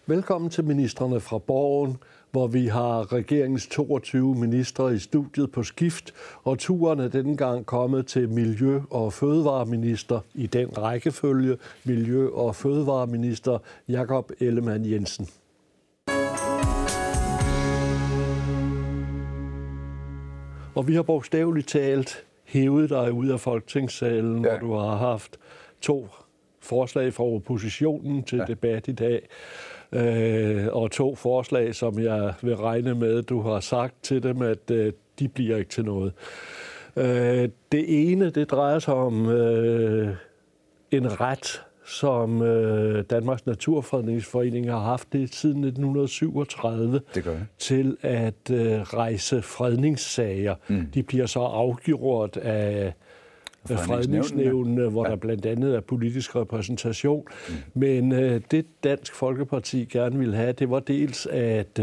Velkommen til Ministrene fra Borgen, hvor vi har regeringens 22 ministre i studiet på skift, og turen er denne gang kommet til Miljø- og Fødevareminister i den rækkefølge, Miljø- og Fødevareminister Jakob Ellemann-Jensen. Og vi har bogstaveligt talt hævet dig ud af Folketingssalen, hvor du har haft 2 forslag fra oppositionen til debat i dag. Og 2 forslag, som jeg vil regne med, du har sagt til dem, at de bliver ikke til noget. Det ene, det drejer sig om en ret, som Danmarks Naturfredningsforening har haft det siden 1937 til at rejse fredningssager. De bliver så afgjort af fredningsnævnene, hvor der blandt andet er politisk repræsentation. Men det Dansk Folkeparti gerne ville have, det var dels, at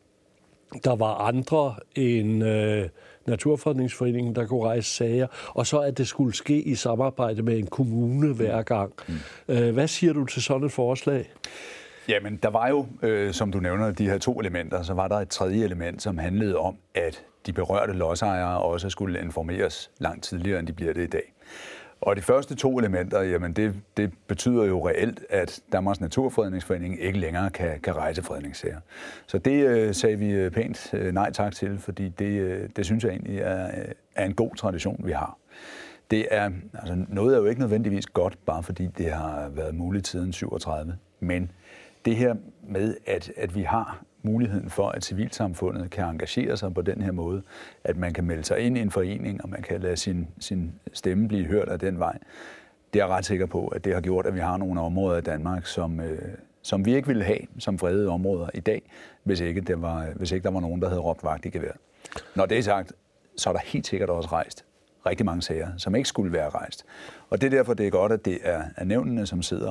der var andre end Naturfredningsforeningen, der kunne rejse sager, og så at det skulle ske i samarbejde med en kommune hver gang. Hvad siger du til sådan et forslag? Jamen, der var jo, som du nævner, de her 2 elementer, så var der et tredje element, som handlede om, at de berørte lodsejere også skulle informeres langt tidligere, end de bliver det i dag. Og de første 2 elementer, jamen det betyder jo reelt, at Danmarks Naturfredningsforening ikke længere kan rejse fredningssager. Så det sagde vi pænt nej tak til, fordi det synes jeg egentlig er en god tradition, vi har. Det er, altså noget er jo ikke nødvendigvis godt, bare fordi det har været muligt siden 37, men det her med, at vi har muligheden for, at civilsamfundet kan engagere sig på den her måde, at man kan melde sig ind i en forening, og man kan lade sin stemme blive hørt af den vej. Det er jeg ret sikker på, at det har gjort, at vi har nogle områder i Danmark, som vi ikke ville have som fredede områder i dag, hvis ikke der var nogen, der havde råbt vagt i gevær. Når det er sagt, så er der helt sikkert også rejst rigtig mange sager, som ikke skulle være rejst. Og det er derfor, det er godt, at det er nævnene, som sidder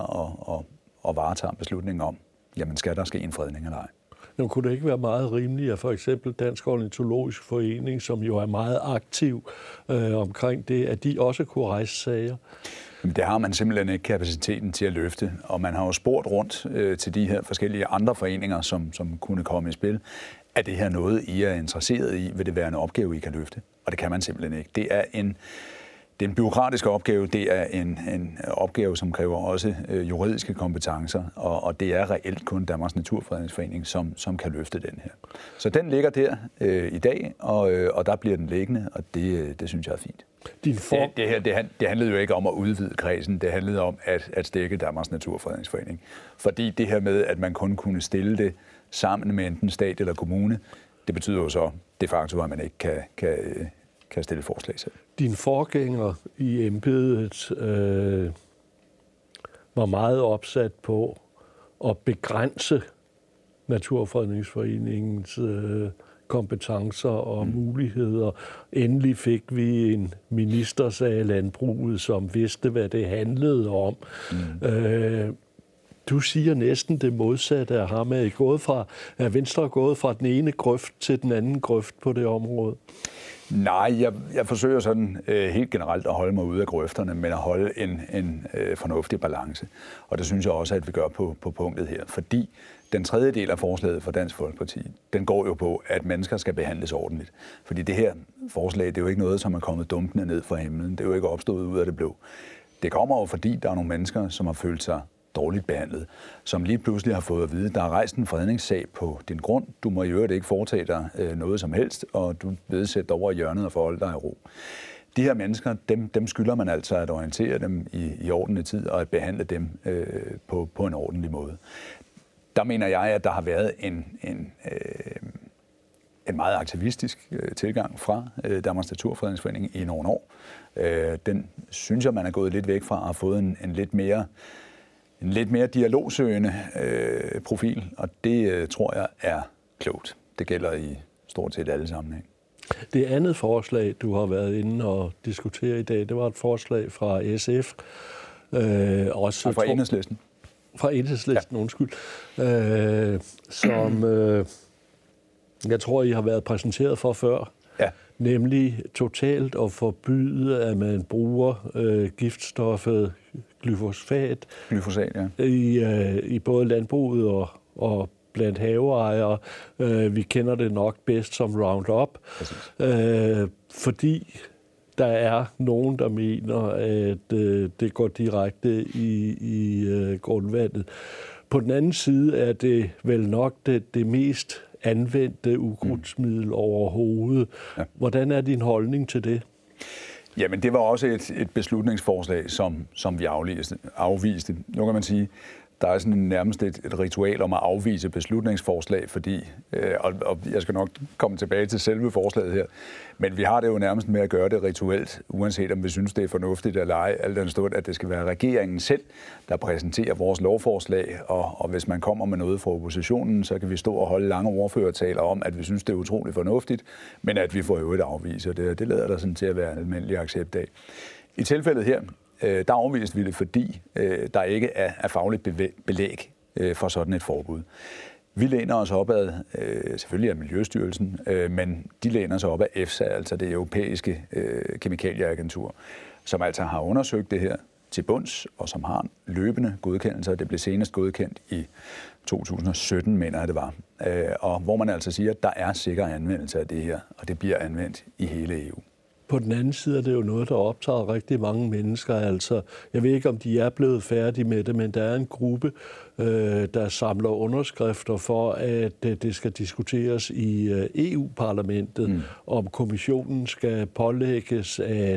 og varetager beslutningen om, jamen skal der ske en fredning eller ej. Nu kunne det ikke være meget rimeligt, at for eksempel Dansk Ornitologisk Forening, som jo er meget aktiv omkring det, at de også kunne rejse sager? Jamen, det har man simpelthen ikke kapaciteten til at løfte, og man har jo spurgt rundt til de her forskellige andre foreninger, som kunne komme i spil. Er det her noget, I er interesseret i? Vil det være en opgave, I kan løfte? Og det kan man simpelthen ikke. Det er en bureaukratisk opgave, det er en opgave, som kræver også juridiske kompetencer, og det er reelt kun Danmarks Naturfredningsforening, som kan løfte den her. Så den ligger der i dag, og der bliver den liggende, og det synes jeg er fint. Det handlede jo ikke om at udvide kredsen, det handlede om at stække Danmarks Naturfredningsforening. Fordi det her med, at man kun kunne stille det sammen med enten stat eller kommune, det betyder jo så de facto, at man ikke kan stille forslag selv. Din forgænger i embedet var meget opsat på at begrænse Naturfredningsforeningens kompetencer og muligheder. Endelig fik vi en minister, sagde landbruget, som vidste, hvad det handlede om. Du siger næsten det modsatte af ham. Er Venstre gået fra den ene grøft til den anden grøft på det område? Nej, jeg forsøger sådan helt generelt at holde mig ude af grøfterne, men at holde en fornuftig balance. Og det synes jeg også, at vi gør på punktet her. Fordi den tredje del af forslaget fra Dansk Folkeparti, den går jo på, at mennesker skal behandles ordentligt. Fordi det her forslag, det er jo ikke noget, som er kommet dumpende ned fra himlen. Det er jo ikke opstået ud af det blå. Det kommer jo, fordi der er nogle mennesker, som har følt sig dårligt behandlet, som lige pludselig har fået at vide, der er rejst en fredningssag på din grund, du må i øvrigt ikke foretage dig noget som helst, og du vil sætte dig over i hjørnet og forholde dig i ro. De her mennesker, dem skylder man altså at orientere dem i ordentlig tid, og at behandle dem på en ordentlig måde. Der mener jeg, at der har været en meget aktivistisk tilgang fra Danmarks Naturfredningsforening i nogle år. Den synes jeg, man er gået lidt væk fra og har fået en lidt mere dialogsøgende profil, og det tror jeg er klogt. Det gælder i stort set alle sammenhæng. Det andet forslag, du har været inde og diskutere i dag, det var et forslag fra SF. Også fra Enhedslisten. Fra Enhedslisten, ja. Undskyld. Som jeg tror, I har været præsenteret for før. Ja. Nemlig totalt at forbyde, at man bruger giftstoffet glyfosat ja. i både landbruget og blandt haveejere. Vi kender det nok bedst som Roundup, fordi der er nogen, der mener, at det går direkte i grundvandet. På den anden side er det vel nok det mest anvendte ukrudtsmiddel overhovedet. Ja. Hvordan er din holdning til det? Jamen, det var også et beslutningsforslag, som vi afviste. Nu kan man sige, der er sådan nærmest et ritual om at afvise beslutningsforslag, fordi, og jeg skal nok komme tilbage til selve forslaget her, men vi har det jo nærmest med at gøre det rituelt, uanset om vi synes, det er fornuftigt eller ej, alt den stund, at det skal være regeringen selv, der præsenterer vores lovforslag, og hvis man kommer med noget fra oppositionen, så kan vi stå og holde lange ordførertaler om, at vi synes, det er utroligt fornuftigt, men at vi får jo et afvise, og det lader der sådan til at være en almindelig accept af. I tilfældet her, der afviste vi det, fordi der ikke er fagligt belæg for sådan et forbud. Vi læner os op ad, selvfølgelig af Miljøstyrelsen, men de læner sig op af EFSA, altså det europæiske kemikalieagentur, som altså har undersøgt det her til bunds, og som har løbende godkendelser. Det blev senest godkendt i 2017, mener jeg det var. Og hvor man altså siger, at der er sikker anvendelse af det her, og det bliver anvendt i hele EU. På den anden side er det jo noget, der optager rigtig mange mennesker. Altså, jeg ved ikke, om de er blevet færdige med det, men der er en gruppe, der samler underskrifter for, at det skal diskuteres i EU-parlamentet, om kommissionen skal pålægges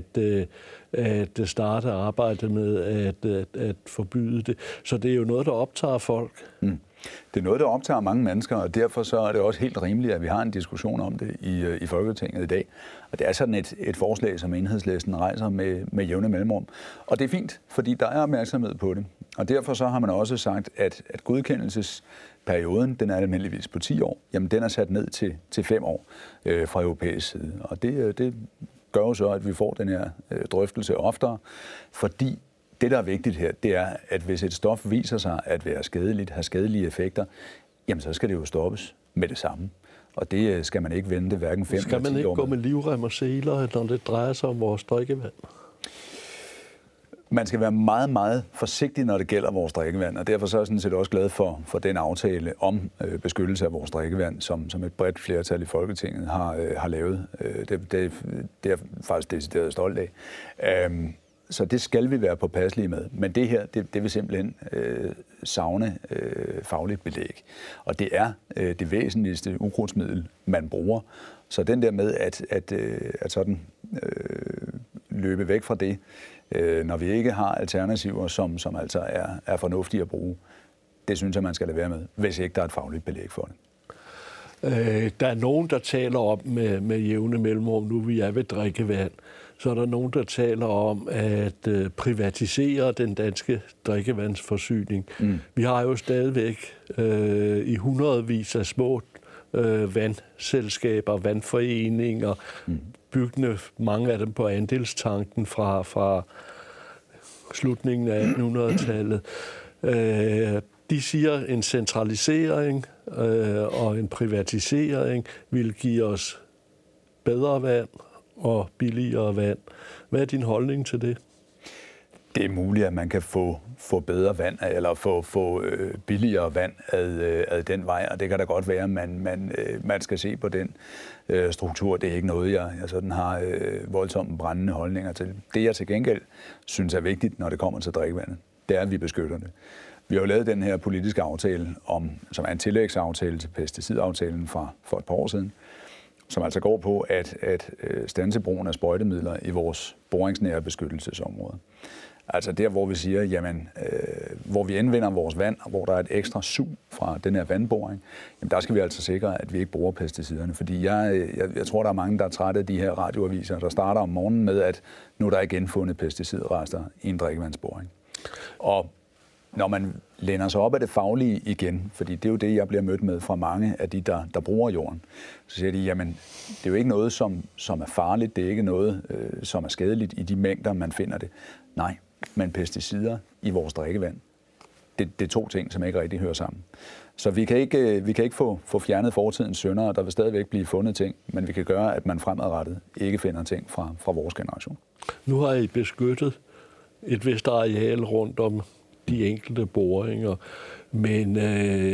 at starte arbejdet med at forbyde det. Så det er jo noget, der optager folk. Det er noget, der optager mange mennesker, og derfor så er det også helt rimeligt, at vi har en diskussion om det i Folketinget i dag. Og det er sådan et forslag, som Enhedslisten rejser med jævne mellemrum. Og det er fint, fordi der er opmærksomhed på det. Og derfor så har man også sagt, at godkendelsesperioden, den er almindeligvis på 10 år, jamen den er sat ned til 5 år fra europæisk side. Og det gør jo så, at vi får den her drøftelse oftere, fordi det, der er vigtigt her, det er, at hvis et stof viser sig at være skadeligt, have skadelige effekter, jamen så skal det jo stoppes med det samme. Og det skal man ikke vente hverken 5 eller 10 år. Skal man ikke gå med livrem og seler, når det drejer sig om vores drikkevand? Man skal være meget, meget forsigtig, når det gælder vores drikkevand, og derfor så er jeg sådan set også glad for den aftale om beskyttelse af vores drikkevand, som et bredt flertal i Folketinget har lavet. Det er jeg faktisk decideret stolt af. Så det skal vi være påpasselige med. Men det her, det vil simpelthen savne fagligt belæg. Og det er det væsentligste ukrudtsmiddel, man bruger. Så den der med at sådan løbe væk fra det, når vi ikke har alternativer, som altså er fornuftige at bruge, det synes jeg, man skal lade være med, hvis ikke der er et fagligt belæg for det. Der er nogen, der taler om med jævne mellemrum, nu vi er ved drikkevand, så er der nogen, der taler om at privatisere den danske drikkevandsforsyning. Vi har jo stadigvæk i hundredvis af små vandselskaber, vandforeninger, byggende mange af dem på andelstanken fra slutningen af 1800-tallet. De siger, en centralisering og en privatisering vil give os bedre vand og billigere vand. Hvad er din holdning til det? Det er muligt, at man kan få bedre vand, eller få billigere vand ad den vej, og det kan da godt være, at man skal se på den struktur. Det er ikke noget, jeg sådan har voldsomt brændende holdninger til. Det, jeg til gengæld synes er vigtigt, når det kommer til drikkevandet, det er, at vi beskytter det. Vi har jo lavet den her politiske aftale, som er en tillægsaftale til pesticidaftalen for et par år siden, som altså går på at standse brugen af sprøjtemidler i vores boringsnære beskyttelsesområde. Altså der, hvor vi siger, jamen, hvor vi indvinder vores vand, og hvor der er et ekstra sug fra den her vandboring, jamen der skal vi altså sikre, at vi ikke bruger pesticiderne. Fordi jeg tror, der er mange, der er trætte af de her radioaviser, der starter om morgenen med, at nu er der igen fundet pesticidrester i en drikkevandsboring. Og når man læner sig op af det faglige igen, fordi det er jo det, jeg bliver mødt med fra mange af de, der bruger jorden, så siger de, jamen, det er jo ikke noget, som er farligt, det er ikke noget, som er skadeligt i de mængder, man finder det. Nej, men pesticider i vores drikkevand, det er to ting, som ikke rigtig hører sammen. Så vi kan ikke få fjernet fortidens synder, og der vil stadigvæk blive fundet ting, men vi kan gøre, at man fremadrettet ikke finder ting fra vores generation. Nu har I beskyttet et vist areal rundt om de enkelte boringer, men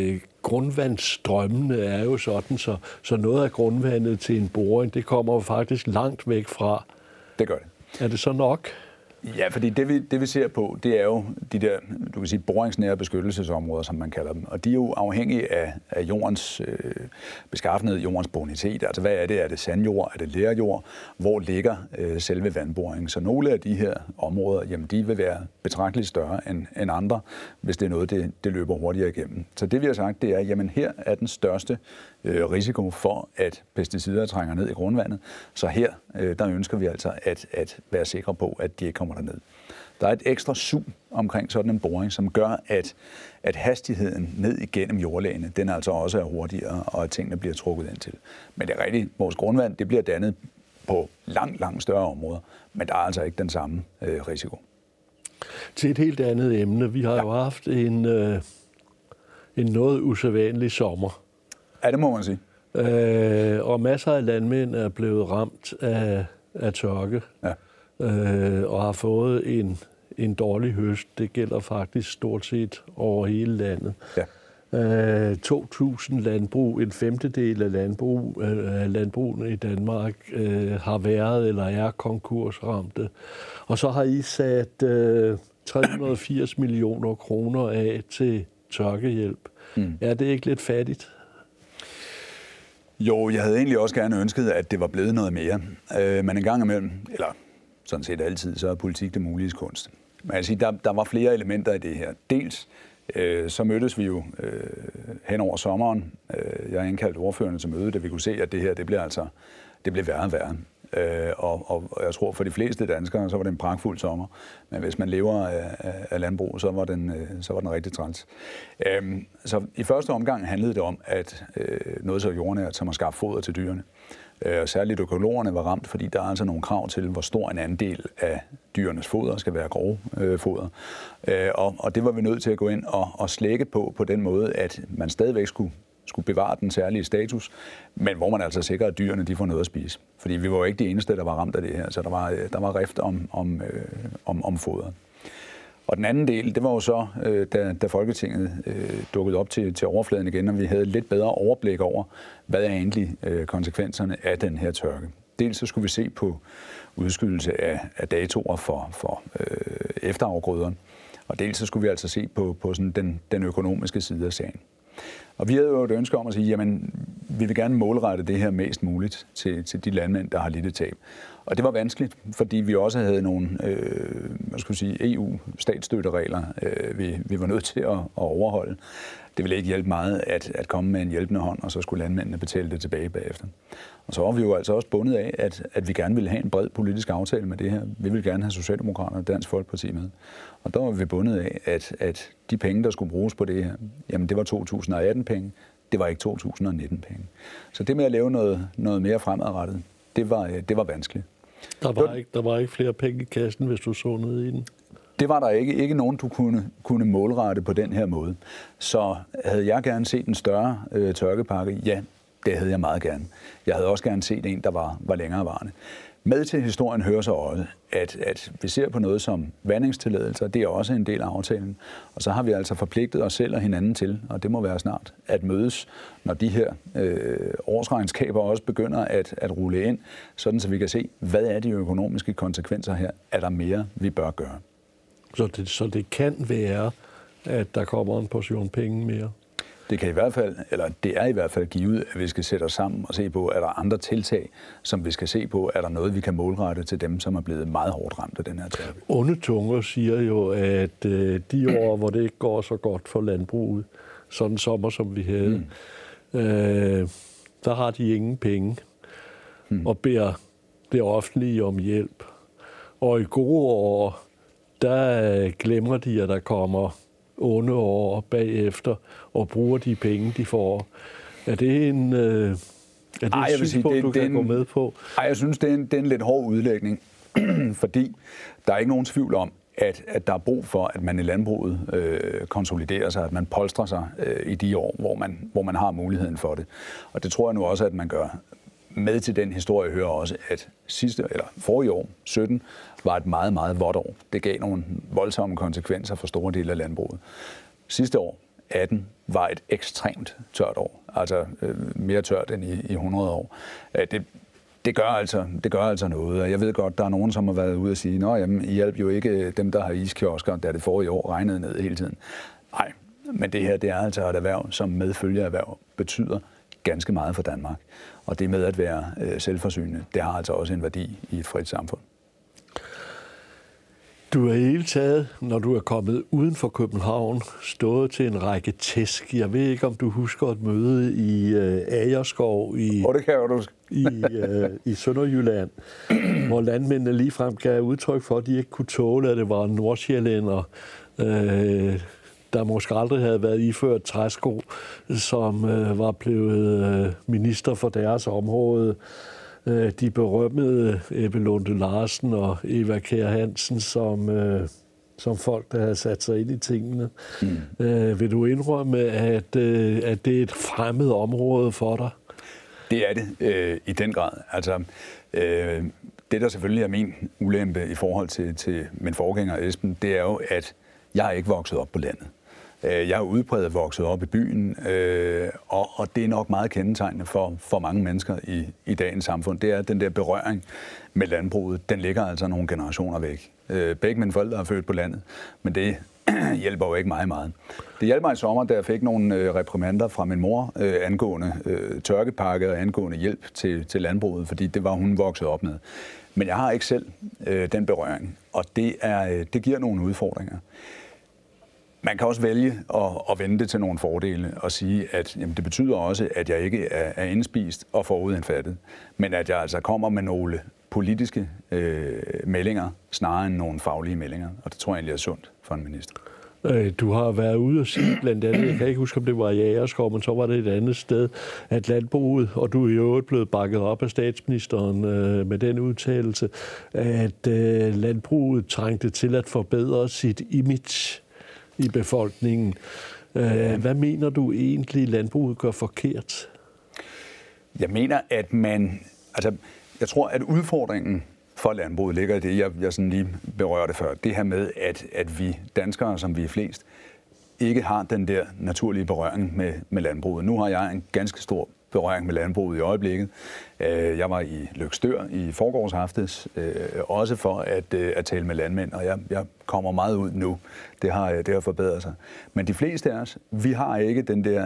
grundvandsstrømmene er jo sådan, så noget af grundvandet til en boring, det kommer jo faktisk langt væk fra. Det gør det. Er det så nok? Ja, fordi det vi ser på, det er jo de der, du kan sige, boringsnære beskyttelsesområder, som man kalder dem. Og de er jo afhængige af jordens beskaffenhed, jordens bonitet. Altså hvad er det? Er det sandjord? Er det lerjord? Hvor ligger selve vandboringen? Så nogle af de her områder, jamen de vil være betragteligt større end andre, hvis det er noget, det løber hurtigere igennem. Så det vi har sagt, det er, jamen her er den største risiko for, at pesticider trænger ned i grundvandet. Så her, der ønsker vi altså at være sikre på, at de ikke kommer derned. Der er et ekstra sug omkring sådan en boring, som gør, at hastigheden ned igennem jordlagene, den altså også er hurtigere, og at tingene bliver trukket ind til. Men det er rigtigt, vores grundvand, det bliver dannet på langt større områder, men der er altså ikke den samme risiko. Til et helt andet emne. Vi har jo haft en noget usædvanlig sommer. Ja, det må man sige. Og masser af landmænd er blevet ramt af tørke, og har fået en dårlig høst. Det gælder faktisk stort set over hele landet. Ja. 2.000 landbrug, en femtedel af landbrugene i Danmark, har været eller er konkursramte. Og så har I sat 380 millioner kroner af til tørkehjælp. Er det ikke lidt fattigt? Jo, jeg havde egentlig også gerne ønsket, at det var blevet noget mere. Men en gang imellem, eller sådan set altid, så er politik det muliges kunst. Men jeg siger, der var flere elementer i det her. Dels så mødtes vi jo hen over sommeren. Jeg indkaldte ordførerne til møde, da vi kunne se, at det her, det blev værre og værre. Og jeg tror, for de fleste danskere, så var det en pragtfuld sommer. Men hvis man lever af landbrug, så var den rigtig træls. Så i første omgang handlede det om, at noget så jordnært som at skaffe foder til dyrene. Og særligt økologerne var ramt, fordi der er altså nogle krav til, hvor stor en andel af dyrenes foder skal være grove foder. Og det var vi nødt til at gå ind og slække på den måde, at man stadigvæk skulle bevare den særlige status, men hvor man altså sikrer, at dyrene de får noget at spise. Fordi vi var jo ikke de eneste, der var ramt af det her, så der var rift om foder. Og den anden del, det var jo så, da Folketinget dukkede op til overfladen igen, og vi havde lidt bedre overblik over, hvad er egentlig konsekvenserne af den her tørke. Dels så skulle vi se på udskydelse af datoer for efterafgrøderne, og dels så skulle vi altså se på sådan den økonomiske side af sagen. Og vi havde jo et ønske om at sige, jamen, vi vil gerne målrette det her mest muligt til de landmænd, der har lidt et tab. Og det var vanskeligt, fordi vi også havde nogle EU-statsstøtteregler, vi var nødt til at overholde. Det ville ikke hjælpe meget at komme med en hjælpende hånd, og så skulle landmændene betale det tilbage bagefter. Og så var vi jo altså også bundet af, at vi gerne ville have en bred politisk aftale med det her. Vi ville gerne have Socialdemokraterne og Dansk Folkeparti med. Og der var vi bundet af, at de penge, der skulle bruges på det her, jamen det var 2018-penge, det var ikke 2019-penge. Så det med at lave noget mere fremadrettet, det var vanskeligt. Der var ikke flere penge i kassen, hvis du så ned i den? Det var der ikke. Ikke nogen, du kunne målrette på den her måde. Så havde jeg gerne set en større tørkepakke? Ja, det havde jeg meget gerne. Jeg havde også gerne set en, der var længerevarende. Med til historien hører så også, at vi ser på noget som vandingstilladelser. Det er også en del af aftalen. Og så har vi altså forpligtet os selv og hinanden til, og det må være snart, at mødes, når de her årsregnskaber også begynder at rulle ind, sådan så vi kan se, hvad er de økonomiske konsekvenser her? Er der mere, vi bør gøre? Så det kan være, at der kommer en portion penge mere? Det er i hvert fald givet, at vi skal sætte os sammen og se på, er der andre tiltag, som vi skal se på, er der noget, vi kan målrette til dem, som er blevet meget hårdt ramt af den her tørke. Onde tunger siger jo, at de år, hvor det ikke går så godt for landbruget, sådan en sommer, som vi havde, der har de ingen penge og beder det offentlige om hjælp. Og i gode år, der glemmer de, at der kommer onde år bagefter, og bruger de penge, de får. Er det et synspunkt, du kan gå med på? Nej, jeg synes, det er en lidt hård udlægning, fordi der er ikke nogen tvivl om, at der er brug for, at man i landbruget konsoliderer sig, at man polstrer sig i de år, hvor man har muligheden for det. Og det tror jeg nu også, at man gør. Med til den historie hører også, at forrige år, 17, var et meget, meget vådt år. Det gav nogle voldsomme konsekvenser for store dele af landbruget. Sidste år, 2018 var et ekstremt tørt år, altså mere tørt end i 100 år. Det gør altså noget, og jeg ved godt, der er nogen, som har været ude og sige, nå jamen, I hjælper jo ikke dem, der har iskiosker, da det forrige år regnede ned hele tiden. Nej, men det her, det er altså et erhverv, som medfølgeerhverv betyder ganske meget for Danmark. Og det med at være selvforsynende, det har altså også en værdi i et frit samfund. Du er i hele taget, når du er kommet uden for København, stået til en række tæsk. Jeg ved ikke, om du husker et møde i Agerskov i Sønderjylland, hvor landmændene ligefrem gav udtryk for, at de ikke kunne tåle, at det var en nordsjællænder, der måske aldrig havde været iført træsko, som var blevet minister for deres område. De berømmede Ebbe Lunde Larsen og Eva Kjær Hansen som folk, der havde sat sig ind i tingene. Vil du indrømme, at det er et fremmed område for dig? Det er det i den grad. Altså, det, der selvfølgelig er min ulempe i forhold til min forgænger Esben, det er jo, at jeg er ikke vokset op på landet. Jeg er udpræget vokset op i byen, og det er nok meget kendetegnende for mange mennesker i dagens samfund. Det er, at den der berøring med landbruget, den ligger altså nogle generationer væk. Begge mine forældre er født på landet, men det hjælper jo ikke mig meget. Det hjalp mig i sommer, da jeg fik nogle reprimander fra min mor angående tørkepakke og angående hjælp til landbruget, fordi det var hun vokset op med. Men jeg har ikke selv den berøring, og det giver nogle udfordringer. Man kan også vælge at vende det til nogle fordele og sige, at jamen, det betyder også, at jeg ikke er indspist og forudindfattet, men at jeg altså kommer med nogle politiske meldinger, snarere end nogle faglige meldinger, og det tror jeg egentlig er sundt for en minister. Du har været ude og sige blandt andet, jeg kan ikke huske, om det var i Agerskov, men så var det et andet sted, at landbruget, og du er jo blevet bakket op af statsministeren med den udtalelse, at landbruget trængte til at forbedre sit image i befolkningen. Hvad mener du egentlig, landbruget gør forkert? Jeg mener, at jeg tror, at udfordringen for landbruget ligger i det, jeg sådan lige berørte før. Det her med, at vi danskere, som vi er flest, ikke har den der naturlige berøring med landbruget. Nu har jeg en ganske stor berøring med landbruget i øjeblikket. Jeg var i Løgstør i forgårs aftes, også for at tale med landmænd, og jeg kommer meget ud nu. Det har forbedret sig. Men de fleste af os, vi har ikke den der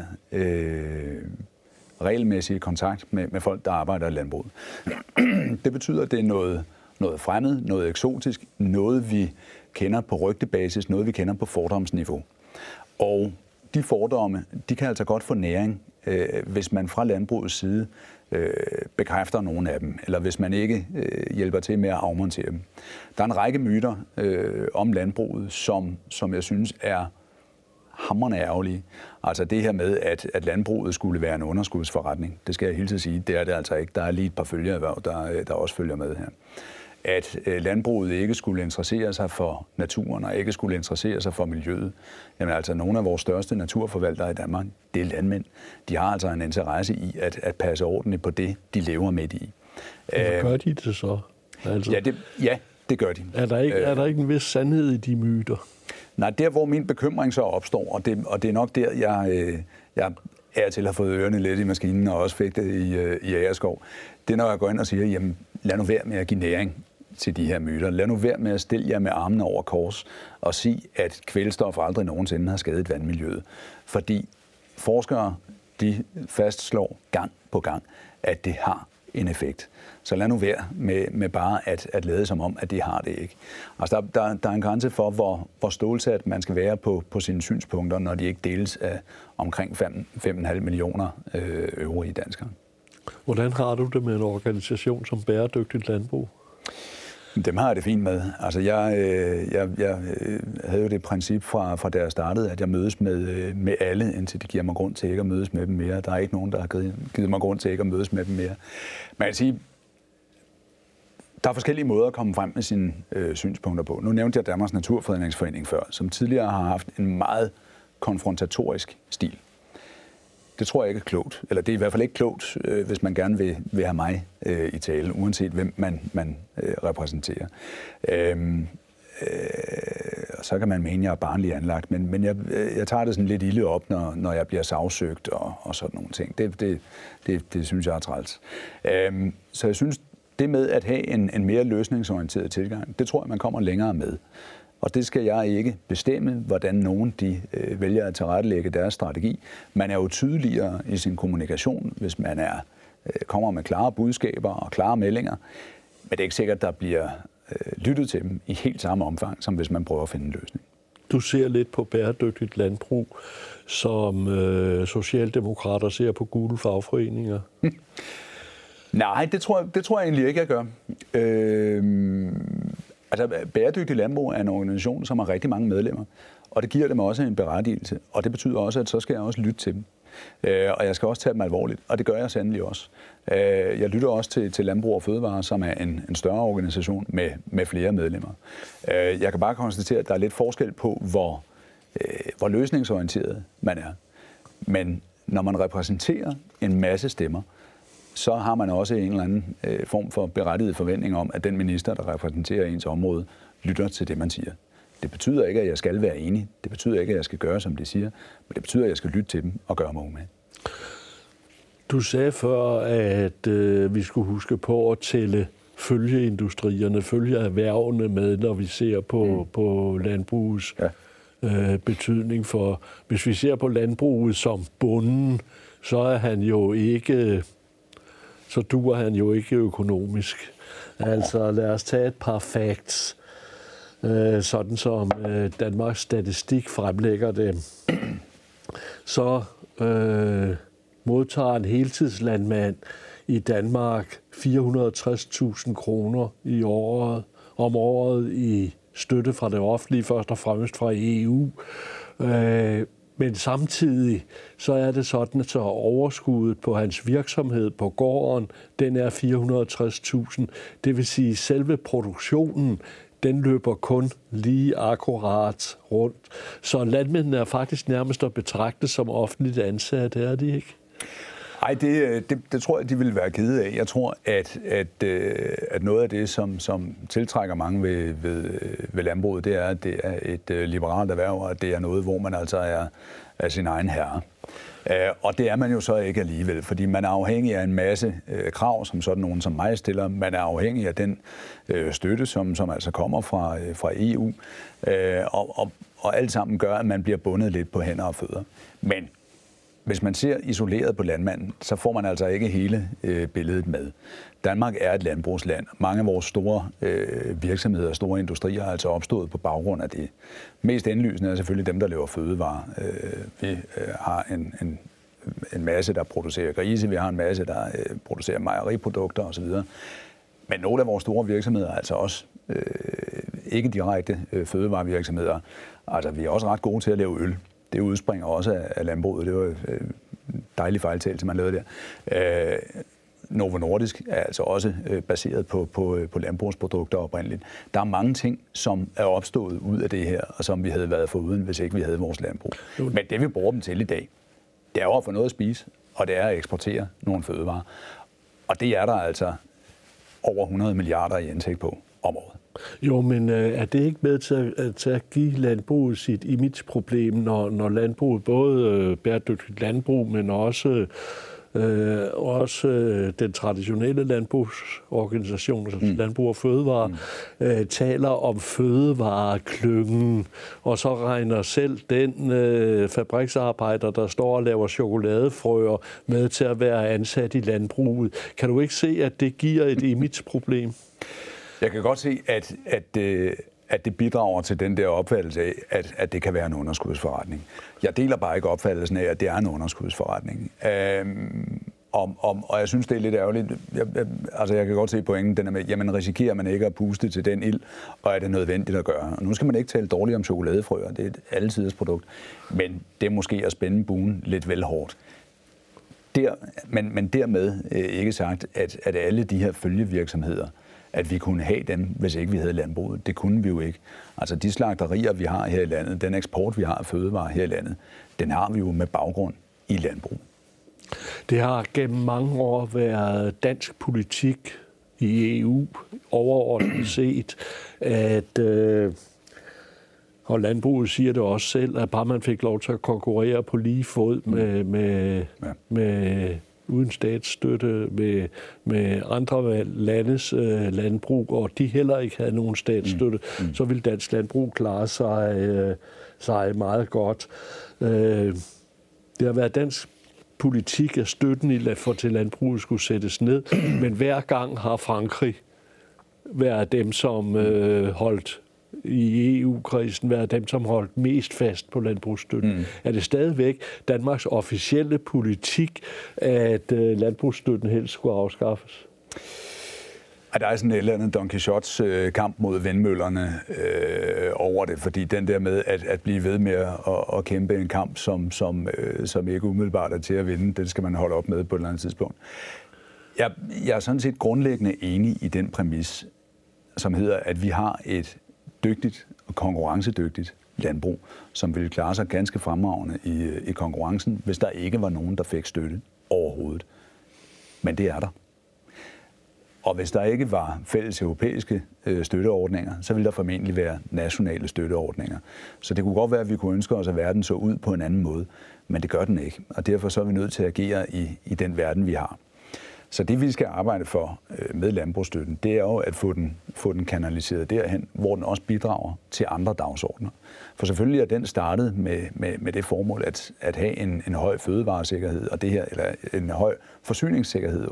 regelmæssige kontakt med folk, der arbejder i landbruget. Det betyder, at det er noget fremmed, noget eksotisk, noget vi kender på rygtebasis, noget vi kender på fordomsniveau. Og de fordomme, de kan altså godt få næring, hvis man fra landbrugets side bekræfter nogle af dem, eller hvis man ikke hjælper til med at afmontere dem. Der er en række myter om landbruget, som jeg synes er hamrende ærgerlige. Altså det her med, at landbruget skulle være en underskudsforretning, det skal jeg hilse at sige, det er det altså ikke. Der er lige et par følgeerhverv, der også følger med her. At landbruget ikke skulle interessere sig for naturen og ikke skulle interessere sig for miljøet. Jamen altså, nogle af vores største naturforvaltere i Danmark, det er landmænd. De har altså en interesse i at passe ordentligt på det, de lever midt i. Hvad gør de det så? Altså, det gør de. Er der ikke en vis sandhed i de myter? Nej, der hvor min bekymring så opstår, og det er nok der, jeg er til at have fået ørerne lidt i maskinen og også fik det i Agerskov, det er, når jeg går ind og siger, jamen lad nu være med at give næring til de her myter. Lad nu være med at stille jer med armene over kors og sige, at kvælstof aldrig nogensinde har skadet vandmiljøet. Fordi forskere, de fastslår gang på gang, at det har en effekt. Så lad nu være med bare at lade som om, at det har det ikke. Altså der er en grænse for, hvor stålsat man skal være på sine synspunkter, når de ikke deles af omkring 5,5 millioner øvrige danskere. Hvordan har du det med en organisation som Bæredygtigt Landbrug? Dem har jeg det fint med. Altså jeg havde jo det princip fra da jeg startede, at jeg mødes med alle, indtil de giver mig grund til ikke at mødes med dem mere. Der er ikke nogen, der har givet mig grund til ikke at mødes med dem mere. Men jeg sige, der er forskellige måder at komme frem med sine synspunkter på. Nu nævnte jeg Danmarks Naturfredningsforening før, som tidligere har haft en meget konfrontatorisk stil. Det tror jeg ikke er klogt. Eller det er i hvert fald ikke klogt, hvis man gerne vil have mig i tale, uanset hvem man repræsenterer. så kan man mene, at jeg er barnligt anlagt, men jeg tager det sådan lidt ilde op, når jeg bliver sagsøgt og sådan nogle ting. Det synes jeg er træls. Så jeg synes, det med at have en mere løsningsorienteret tilgang, det tror jeg, man kommer længere med. Og det skal jeg ikke bestemme, hvordan nogen de vælger at tilrettelægge deres strategi. Man er jo tydeligere i sin kommunikation, hvis man kommer med klare budskaber og klare meldinger. Men det er ikke sikkert, at der bliver lyttet til dem i helt samme omfang, som hvis man prøver at finde en løsning. Du ser lidt på bæredygtigt landbrug, som socialdemokrater ser på gule fagforeninger. Nej, det tror jeg egentlig ikke, jeg gør. Bæredygtigt landbrug er en organisation, som har rigtig mange medlemmer, og det giver dem også en berettigelse, og det betyder også, at så skal jeg også lytte til dem. Og jeg skal også tage dem alvorligt, og det gør jeg sandelig også. Jeg lytter også til Landbrug og Fødevare, som er en større organisation med flere medlemmer. Jeg kan bare konstatere, at der er lidt forskel på, hvor løsningsorienteret man er. Men når man repræsenterer en masse stemmer, så har man også en eller anden form for berettiget forventning om, at den minister, der repræsenterer ens område, lytter til det, man siger. Det betyder ikke, at jeg skal være enig. Det betyder ikke, at jeg skal gøre, som de siger. Men det betyder, at jeg skal lytte til dem og gøre mig umage. Du sagde før, at vi skulle huske på at tælle følgeindustrierne, følgeerhvervene med, når vi ser på landbrugets betydning. For hvis vi ser på landbruget som bunden, så er han jo ikke... så duer han jo ikke økonomisk. Altså lad os tage et par facts, sådan som Danmarks Statistik fremlægger dem. Så modtager en heltidslandmand i Danmark 460.000 kroner om året i støtte fra det offentlige, først og fremmest fra EU. Men samtidig så er det sådan, at så overskuddet på hans virksomhed på gården, den er 460.000. Det vil sige, at selve produktionen, den løber kun lige akkurat rundt. Så landmændene er faktisk nærmest at betragte som offentligt ansatte, er de ikke? Nej, det tror jeg, de vil være kede af. Jeg tror, at noget af det, som tiltrækker mange ved landbruget, det er, at det er et liberalt erhverv, og det er noget, hvor man altså er sin egen herre. Og det er man jo så ikke alligevel, fordi man er afhængig af en masse krav, som sådan nogen som mig stiller. Man er afhængig af den støtte, som altså kommer fra EU, og alt sammen gør, at man bliver bundet lidt på hænder og fødder. Men hvis man ser isoleret på landmanden, så får man altså ikke hele billedet med. Danmark er et landbrugsland. Mange af vores store virksomheder og store industrier er altså opstået på baggrund af det. Mest indlysende er selvfølgelig dem, der laver fødevarer. Vi har en masse, der producerer grise, vi har en masse, der producerer mejeriprodukter osv. Men nogle af vores store virksomheder er altså også ikke direkte fødevarevirksomheder. Altså, vi er også ret gode til at lave øl. Det udspringer også af landbruget. Det var en dejlig fejltagelse, man lavede der. Novo Nordisk er altså også baseret på landbrugsprodukter oprindeligt. Der er mange ting, som er opstået ud af det her, og som vi havde været foruden, hvis ikke vi havde vores landbrug. Men det, vi bruger dem til i dag, det er jo at få noget at spise, og det er at eksportere nogle fødevarer. Og det er der altså over 100 milliarder i indtægt på om året. Jo, men er det ikke med til at give landbruget sit imageproblem, når landbruget, både bæredygtigt landbrug, men også den traditionelle landbrugsorganisation, altså Landbrug og Fødevare, taler om fødevareklyngen, og så regner selv den fabriksarbejder, der står og laver chokoladefrøer, med til at være ansat i landbruget. Kan du ikke se, at det giver et imageproblem? Jeg kan godt se, at det bidrager til den der opfattelse af, at det kan være en underskudsforretning. Jeg deler bare ikke opfattelsen af, at det er en underskudsforretning. Og jeg synes, det er lidt ærgerligt. Jeg kan godt se pointen, den er med, jamen risikerer man ikke at puste til den ild, og er det nødvendigt at gøre? Og nu skal man ikke tale dårligt om chokoladefrøer, det er et alletiders produkt, men det er måske at spænde buen lidt vel hårdt. Men dermed ikke sagt, at alle de her følgevirksomheder, at vi kunne have dem, hvis ikke vi havde landbruget. Det kunne vi jo ikke. Altså de slagterier, vi har her i landet, den eksport, vi har af fødevarer her i landet, den har vi jo med baggrund i landbrug. Det har gennem mange år været dansk politik i EU overordnet set, at Og landbruget siger det også selv, at bare man fik lov til at konkurrere på lige fod med uden statsstøtte med andre landes landbrug, og de heller ikke havde nogen statsstøtte, så ville dansk landbrug klare sig meget godt. Det har været dansk politik, at støtten til landbruget skulle sættes ned, men hver gang har Frankrig været dem, som holdt i EU-kredsen, været dem, som holdt mest fast på landbrugsstøtten. Er det stadigvæk Danmarks officielle politik, at landbrugsstøtten helst skulle afskaffes? Der er sådan et eller andet Don Quixotes kamp mod vindmøllerne over det, fordi den der med at blive ved med at kæmpe en kamp, som ikke umiddelbart er til at vinde, det skal man holde op med på et eller andet tidspunkt. Jeg er sådan set grundlæggende enig i den præmis, som hedder, at vi har et dygtigt og konkurrencedygtigt landbrug, som ville klare sig ganske fremragende i konkurrencen, hvis der ikke var nogen, der fik støtte overhovedet. Men det er der. Og hvis der ikke var fælles europæiske støtteordninger, så ville der formentlig være nationale støtteordninger. Så det kunne godt være, at vi kunne ønske os, at verden så ud på en anden måde, men det gør den ikke. Og derfor så er vi nødt til at agere i den verden, vi har. Så det, vi skal arbejde for med landbrugsstøtten, det er jo at få den kanaliseret derhen, hvor den også bidrager til andre dagsordner. For selvfølgelig er den startet med det formål at have en høj fødevaresikkerhed, og det her, eller en høj forsyningssikkerhed,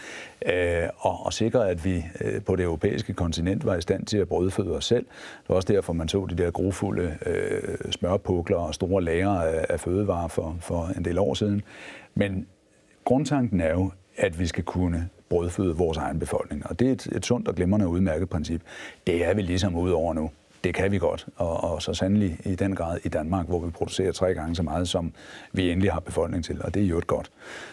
og sikre, at vi på det europæiske kontinent var i stand til at brødføde os selv. Det var også derfor, man så de der grufulde smørpukler og store lagre af fødevarer for en del år siden. Men grundtanken er jo, at vi skal kunne brødføde vores egen befolkning. Og det er et sundt og glimrende udmærket princip. Det er vi ligesom ude over nu. Det kan vi godt, og så sandelig i den grad i Danmark, hvor vi producerer 3 gange så meget, som vi endelig har befolkning til, og det er jo et godt.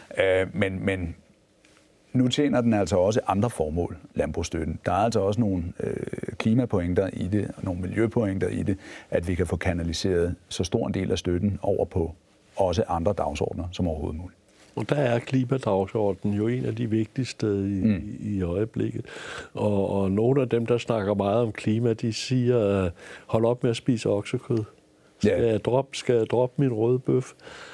Men nu tjener den altså også andre formål, landbrugsstøtten. Der er altså også nogle klimapointer i det, og nogle miljøpointer i det, at vi kan få kanaliseret så stor en del af støtten over på også andre dagsordner som overhovedet muligt. Og der er klimadagsordenen jo en af de vigtigste i øjeblikket. Og nogle af dem, der snakker meget om klima, de siger, hold op med at spise oksekød. Skal jeg droppe min røde bøf?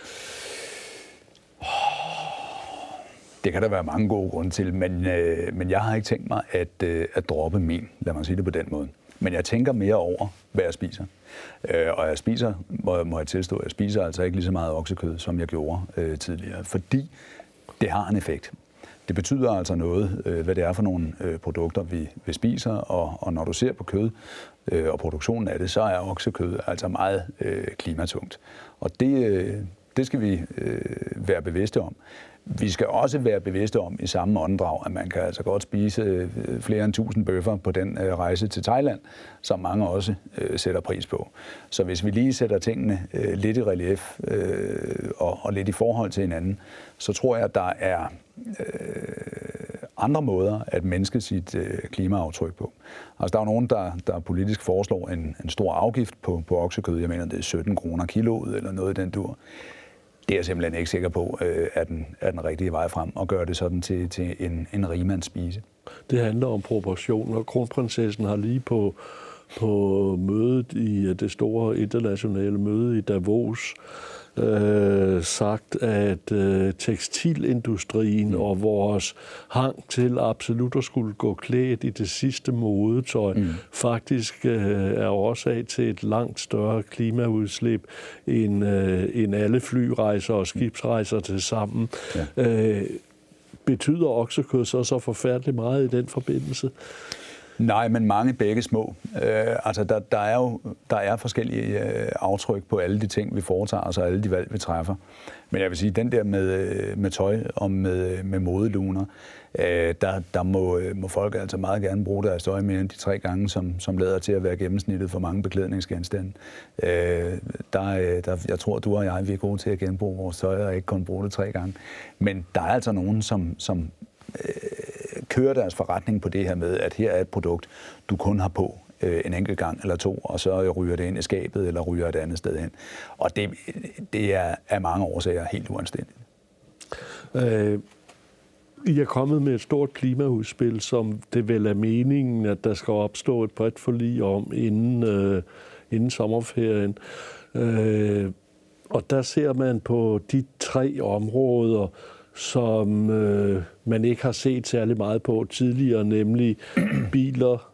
Det kan der være mange gode grunde til, men jeg har ikke tænkt mig at droppe min, lad mig sige det på den måde. Men jeg tænker mere over, hvad jeg spiser. Og jeg spiser, må jeg tilstå, jeg spiser altså ikke lige så meget oksekød, som jeg gjorde tidligere, fordi det har en effekt. Det betyder altså noget, hvad det er for nogle produkter, vi spiser, og når du ser på kød og produktionen af det, så er oksekød altså meget klimatungt. Og det skal vi være bevidste om. Vi skal også være bevidste om i samme åndedrag, at man kan altså godt spise flere end 1000 bøffer på den rejse til Thailand, som mange også sætter pris på. Så hvis vi lige sætter tingene lidt i relief og lidt i forhold til hinanden, så tror jeg, at der er andre måder at mindske sit klimaaftryk på. Altså, der er jo nogen, der politisk foreslår en stor afgift på oksekød. Jeg mener, det er 17 kroner kiloet eller noget i den dur. Det er jeg simpelthen ikke sikker på, er den rigtige vej frem, og gøre det sådan til en rigmandsspise. Det handler om proportioner. Kronprinsessen har lige på mødet i det store internationale møde i Davos sagt, at tekstilindustrien og vores hang til absolut at skulle gå klædt i det sidste modetøj faktisk er årsag til et langt større klimaudslip end alle flyrejser og skibsrejser til sammen. Ja. Betyder oksekød så forfærdeligt meget i den forbindelse? Nej, men mange begge små. Altså, der er forskellige aftryk på alle de ting, vi foretager os, og alle de valg, vi træffer. Men jeg vil sige, den der med tøj og med modeluner, der må folk altså meget gerne bruge deres tøj mere end de 3 gange, som lader til at være gennemsnittet for mange beklædningsgenstande. Jeg tror, du og jeg, vi er gode til at genbruge vores tøj og ikke kun bruge det 3 gange. Men der er altså nogen, som kører deres forretning på det her med, at her er et produkt, du kun har på en enkelt gang eller 2, og så ryger det ind i skabet eller ryger et andet sted hen. Og det er af mange årsager helt uanstændigt. I er kommet med et stort klimaudspil, som det vel er meningen, at der skal opstå et bredt forlig om, inden sommerferien. Og der ser man på de 3 områder, som man ikke har set særlig meget på tidligere, nemlig biler,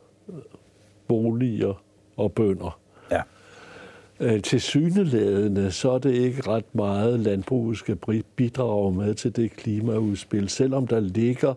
boliger og bønder. Ja. Tilsyneladende så er det ikke ret meget, landbruget skal bidrage med til det klimaudspil, selvom der ligger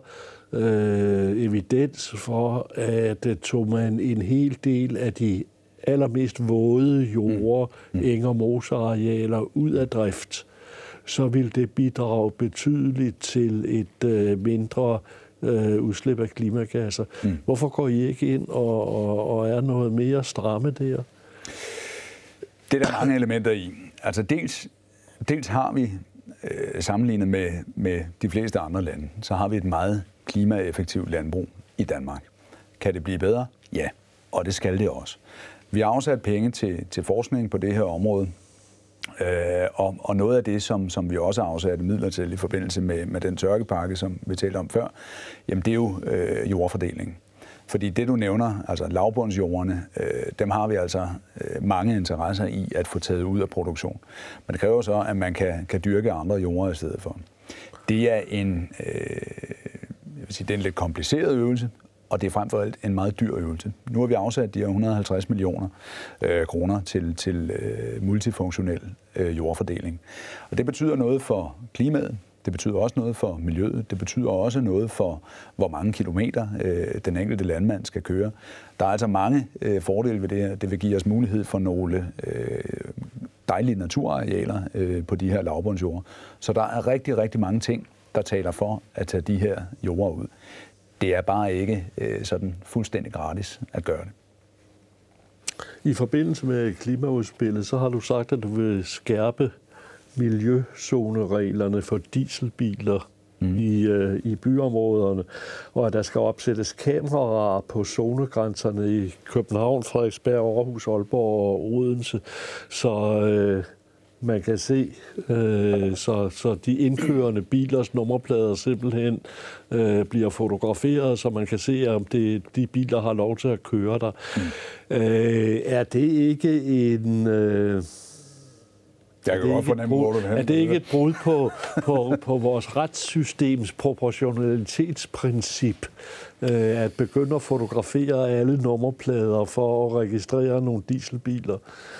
evidens for, at tog man en hel del af de allermest våde jorder, eng- og mosearealer ud af drift, så vil det bidrage betydeligt til et mindre udslip af klimagasser. Hvorfor går I ikke ind og er noget mere stramme der? Det er der mange elementer i. Altså dels har vi, sammenlignet med de fleste andre lande, så har vi et meget klimaeffektivt landbrug i Danmark. Kan det blive bedre? Ja, og det skal det også. Vi har afsat penge til forskning på det her område, og noget af det, som vi også har afsat midler til i forbindelse med den tørkepakke, som vi talte om før, jamen det er jo jordfordeling. Fordi det, du nævner, altså lavbundsjorderne, dem har vi altså mange interesser i at få taget ud af produktion. Men det kræver så, at man kan dyrke andre jorder i stedet for. Det er det er en lidt kompliceret øvelse, og det er frem for alt en meget dyr øvelse. Nu har vi afsat de her 150 millioner kroner til multifunktionel jordfordeling. Og det betyder noget for klimaet. Det betyder også noget for miljøet. Det betyder også noget for, hvor mange kilometer den enkelte landmand skal køre. Der er altså mange fordele ved det her. Det vil give os mulighed for nogle dejlige naturarealer på de her lavbundsjorder. Så der er rigtig, rigtig mange ting, der taler for at tage de her jorder ud. Det er bare ikke sådan fuldstændig gratis at gøre det. I forbindelse med klimaudspillet, så har du sagt, at du vil skærpe miljøzonereglerne for dieselbiler i byområderne, og at der skal opsættes kameraer på zonegrænserne i København, Frederiksberg, Aarhus, Aalborg og Odense, så man kan se, så de indkørende bilers nummerplader simpelthen bliver fotograferet, så man kan se, om de biler har lov til at køre der. Er det ikke en... Er det ikke et brud på vores retssystems proportionalitetsprincip, at begynde at fotografere alle nummerplader for at registrere nogle dieselbiler?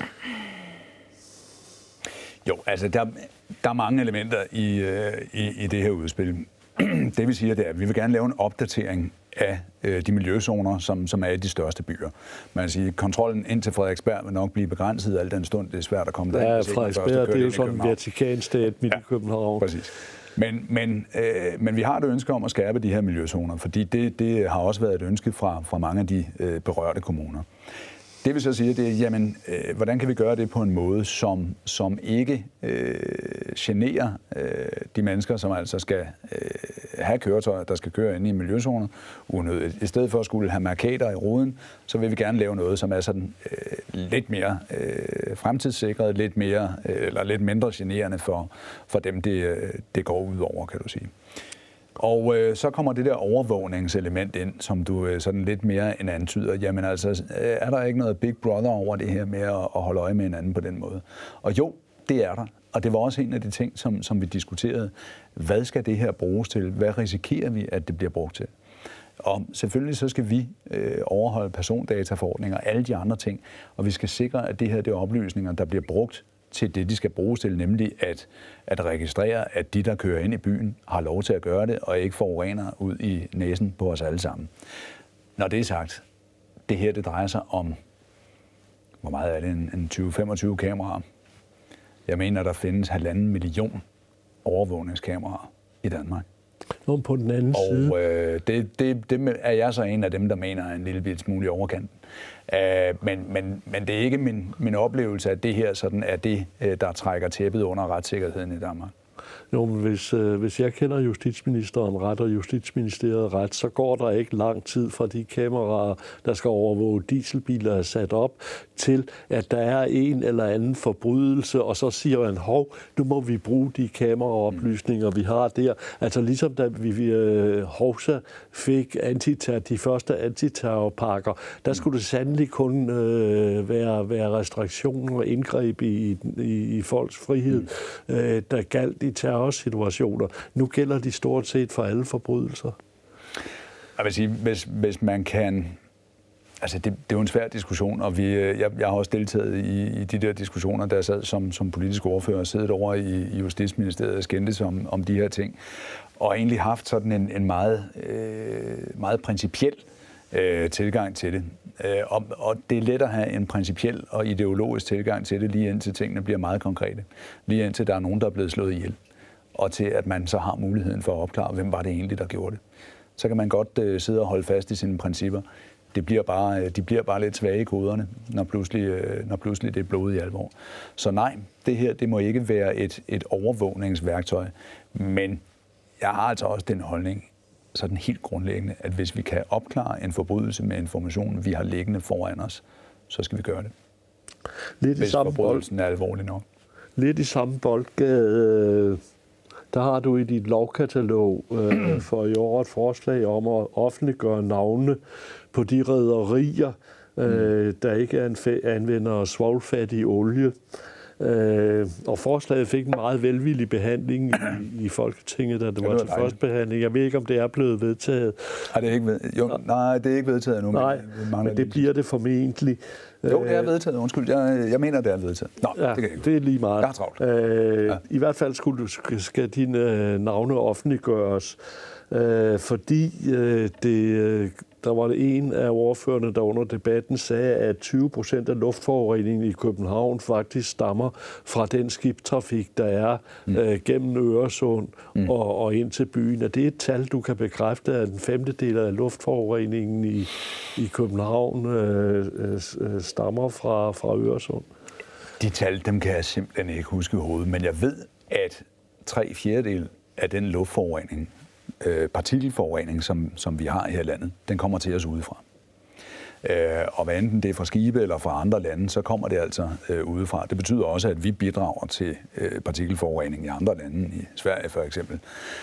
Jo, altså der er mange elementer i det her udspil. Det vi siger, det er, at vi vil gerne lave en opdatering af de miljøzoner, som er i de største byer. Man kan sige, kontrollen ind til Frederiksberg vil nok blive begrænset, al den stund det er svært at komme derind. Ja, Frederiksberg, det er jo sådan en Vatikanstat midt i København. Præcis. Men vi har et ønske om at skærpe de her miljøzoner, fordi det har også været et ønske fra mange af de berørte kommuner. Det vil så sige, det er, jamen, hvordan kan vi gøre det på en måde, som ikke generer de mennesker, som altså skal have køretøjer, der skal køre inde i miljøzoner unødigt. I stedet for at skulle have markader i ruden, så vil vi gerne lave noget, som er sådan lidt mere fremtidssikret, lidt mindre generende for dem, det går ud over, kan du sige. Og så kommer det der overvågningselement ind, som du sådan lidt mere end antyder. Jamen altså, er der ikke noget Big Brother over det her med at holde øje med hinanden på den måde? Og jo, det er der. Og det var også en af de ting, som vi diskuterede. Hvad skal det her bruges til? Hvad risikerer vi, at det bliver brugt til? Og selvfølgelig så skal vi overholde persondataforordninger og alle de andre ting. Og vi skal sikre, at det her det er oplysninger, der bliver brugt til det, de skal bruges til, nemlig at registrere, at de, der kører ind i byen, har lov til at gøre det, og ikke forurener ud i næsen på os alle sammen. Når det er sagt, det her det drejer sig om, hvor meget er det, en 20-25 kameraer? Jeg mener, der findes 1,5 million overvågningskameraer i Danmark. Nogen på den anden side. Og det er jeg så en af dem, der mener er en lille smule i overkanten. Men det er ikke min oplevelse, at det her sådan er det, der trækker tæppet under retssikkerheden i Danmark. Jo, men hvis jeg kender justitsministeren ret og Justitsministeriet ret, så går der ikke lang tid fra de kameraer, der skal overvåge dieselbiler, er sat op, til at der er en eller anden forbrydelse, og så siger man, hov, nu må vi bruge de kameraoplysninger, vi har der. Altså ligesom da vi Hovsa fik de første antiterrorpakker, der skulle det sandelig kun være restriktioner og indgreb i folks frihed, der galt i terrorsituationer. Nu gælder de stort set for alle forbrydelser. Jeg vil sige, hvis man kan... Altså, det er jo en svær diskussion, og jeg har også deltaget i de der diskussioner, der sad som politisk ordfører og siddet over i Justitsministeriet og skændtes om de her ting, og egentlig haft sådan en meget principiel tilgang til det. Og det er let at have en principiel og ideologisk tilgang til det, lige indtil tingene bliver meget konkrete. Lige indtil der er nogen, der er blevet slået ihjel. Og til at man så har muligheden for at opklare, hvem var det egentlig, der gjorde det. Så kan man godt sidde og holde fast i sine principper. De bliver bare lidt svage i koderne, når pludselig det er blodig alvor. Så nej, det her det må ikke være et overvågningsværktøj. Men jeg har altså også den holdning, sådan helt grundlæggende, at hvis vi kan opklare en forbrydelse med information, vi har liggende foran os, så skal vi gøre det. Hvis forbrydelsen er alvorlig nok. Lidt i samme boldgade, der har du i dit lovkatalog for i år et forslag om at offentliggøre navnene på de rederier, der ikke anvender svovlfattig olie. Og forslaget fik en meget velvillig behandling i Folketinget, da det var til første behandling. Jeg ved ikke, om det er blevet vedtaget. Nej, det er ikke vedtaget nu. Nej, men det bliver det formentlig. Jo, det er vedtaget. Undskyld, jeg mener, det er vedtaget. Nå, ja, det er lige meget. Jeg har travlt. I hvert fald skal dine navne offentliggøres, fordi der var en af ordførerne, der under debatten sagde, at 20% af luftforureningen i København faktisk stammer fra den skibstrafik, der er gennem Øresund og ind til byen. Er det et tal, du kan bekræfte, at en femtedel af luftforureningen i København stammer fra Øresund? De tal, dem kan jeg simpelthen ikke huske i hovedet, men jeg ved, at 3/4 af den luftforurening, partikelforurening, som vi har her i landet, den kommer til os udefra. Og hvad enten det er fra skibe eller fra andre lande, så kommer det altså udefra. Det betyder også, at vi bidrager til partikelforurening i andre lande, i Sverige for eksempel.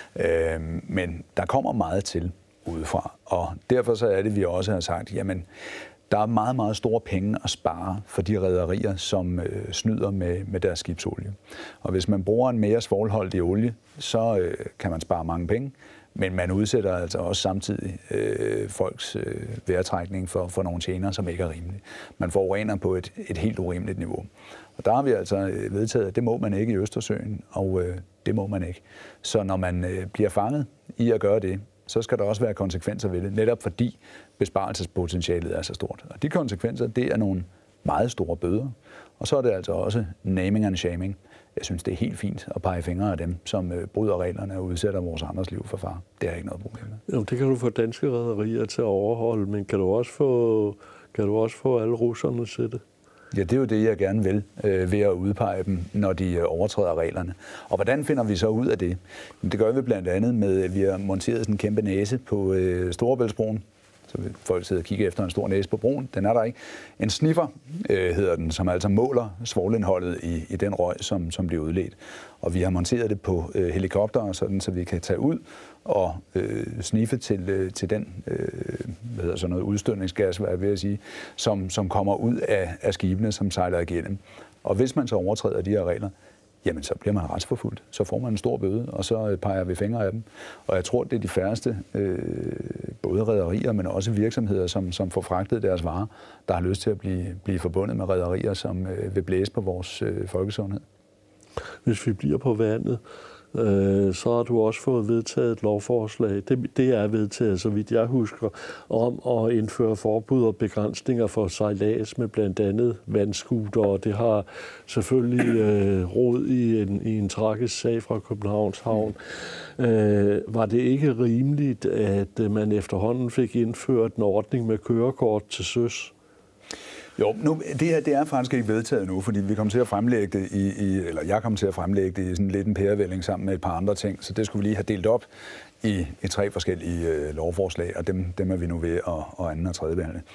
Men der kommer meget til udefra, og derfor så er det, vi også har sagt, jamen, der er meget, meget store penge at spare for de rederier, som snyder med deres skibsolie. Og hvis man bruger en mere svovlholdig olie, så kan man spare mange penge, men man udsætter altså også samtidig folks vejrtrækning for nogle tjener, som ikke er rimelige. Man forurener på et helt urimeligt niveau. Og der har vi altså vedtaget, at det må man ikke i Østersøen, og det må man ikke. Så når man bliver fanget i at gøre det, så skal der også være konsekvenser ved det, netop fordi besparelsespotentialet er så stort. Og de konsekvenser, det er nogle meget store bøder. Og så er det altså også naming and shaming. Jeg synes, det er helt fint at pege fingre af dem, som bryder reglerne og udsætter vores andres liv for fare. Det er ikke noget problem. Jo, det kan du få danske rederier til at overholde, men kan du også få alle russerne til det? Ja, det er jo det, jeg gerne vil, ved at udpege dem, når de overtræder reglerne. Og hvordan finder vi så ud af det? Det gør vi blandt andet med, at vi har monteret sådan en kæmpe næse på Storebæltsbroen. Så vil folk sidde og kigge efter en stor næse på broen. Den er der ikke. En sniffer hedder den, som altså måler svovlindholdet i den røg, som bliver udledt. Og vi har monteret det på helikoptere, sådan, så vi kan tage ud og sniffe til den sådan noget udstødningsgas, hvad jeg vil sige, som kommer ud af skibene, som sejler igennem. Og hvis man så overtræder de her regler, jamen så bliver man retsforfulgt. Så får man en stor bøde, og så peger vi fingre af dem. Og jeg tror, det er de færreste, både rederier, men også virksomheder, som får fragtet deres varer, der har lyst til at blive forbundet med rederier, som vil blæse på vores folkesundhed. Hvis vi bliver på vandet, så har du også fået vedtaget et lovforslag. Det er vedtaget, så vidt jeg husker, om at indføre forbud og begrænsninger for sejlads med blandt andet vandscooter, og det har selvfølgelig rod i en tragisk sag fra Københavns Havn. Var det ikke rimeligt, at man efterhånden fik indført en ordning med kørekort til søs? Jo, det her det er faktisk ikke vedtaget nu, fordi vi kommer til at fremlægge det eller jeg kommer til at fremlægge det i sådan lidt en pærevælling sammen med et par andre ting, så det skulle vi lige have delt op i 3 forskellige lovforslag, og dem er vi nu ved at anden og tredje behandle.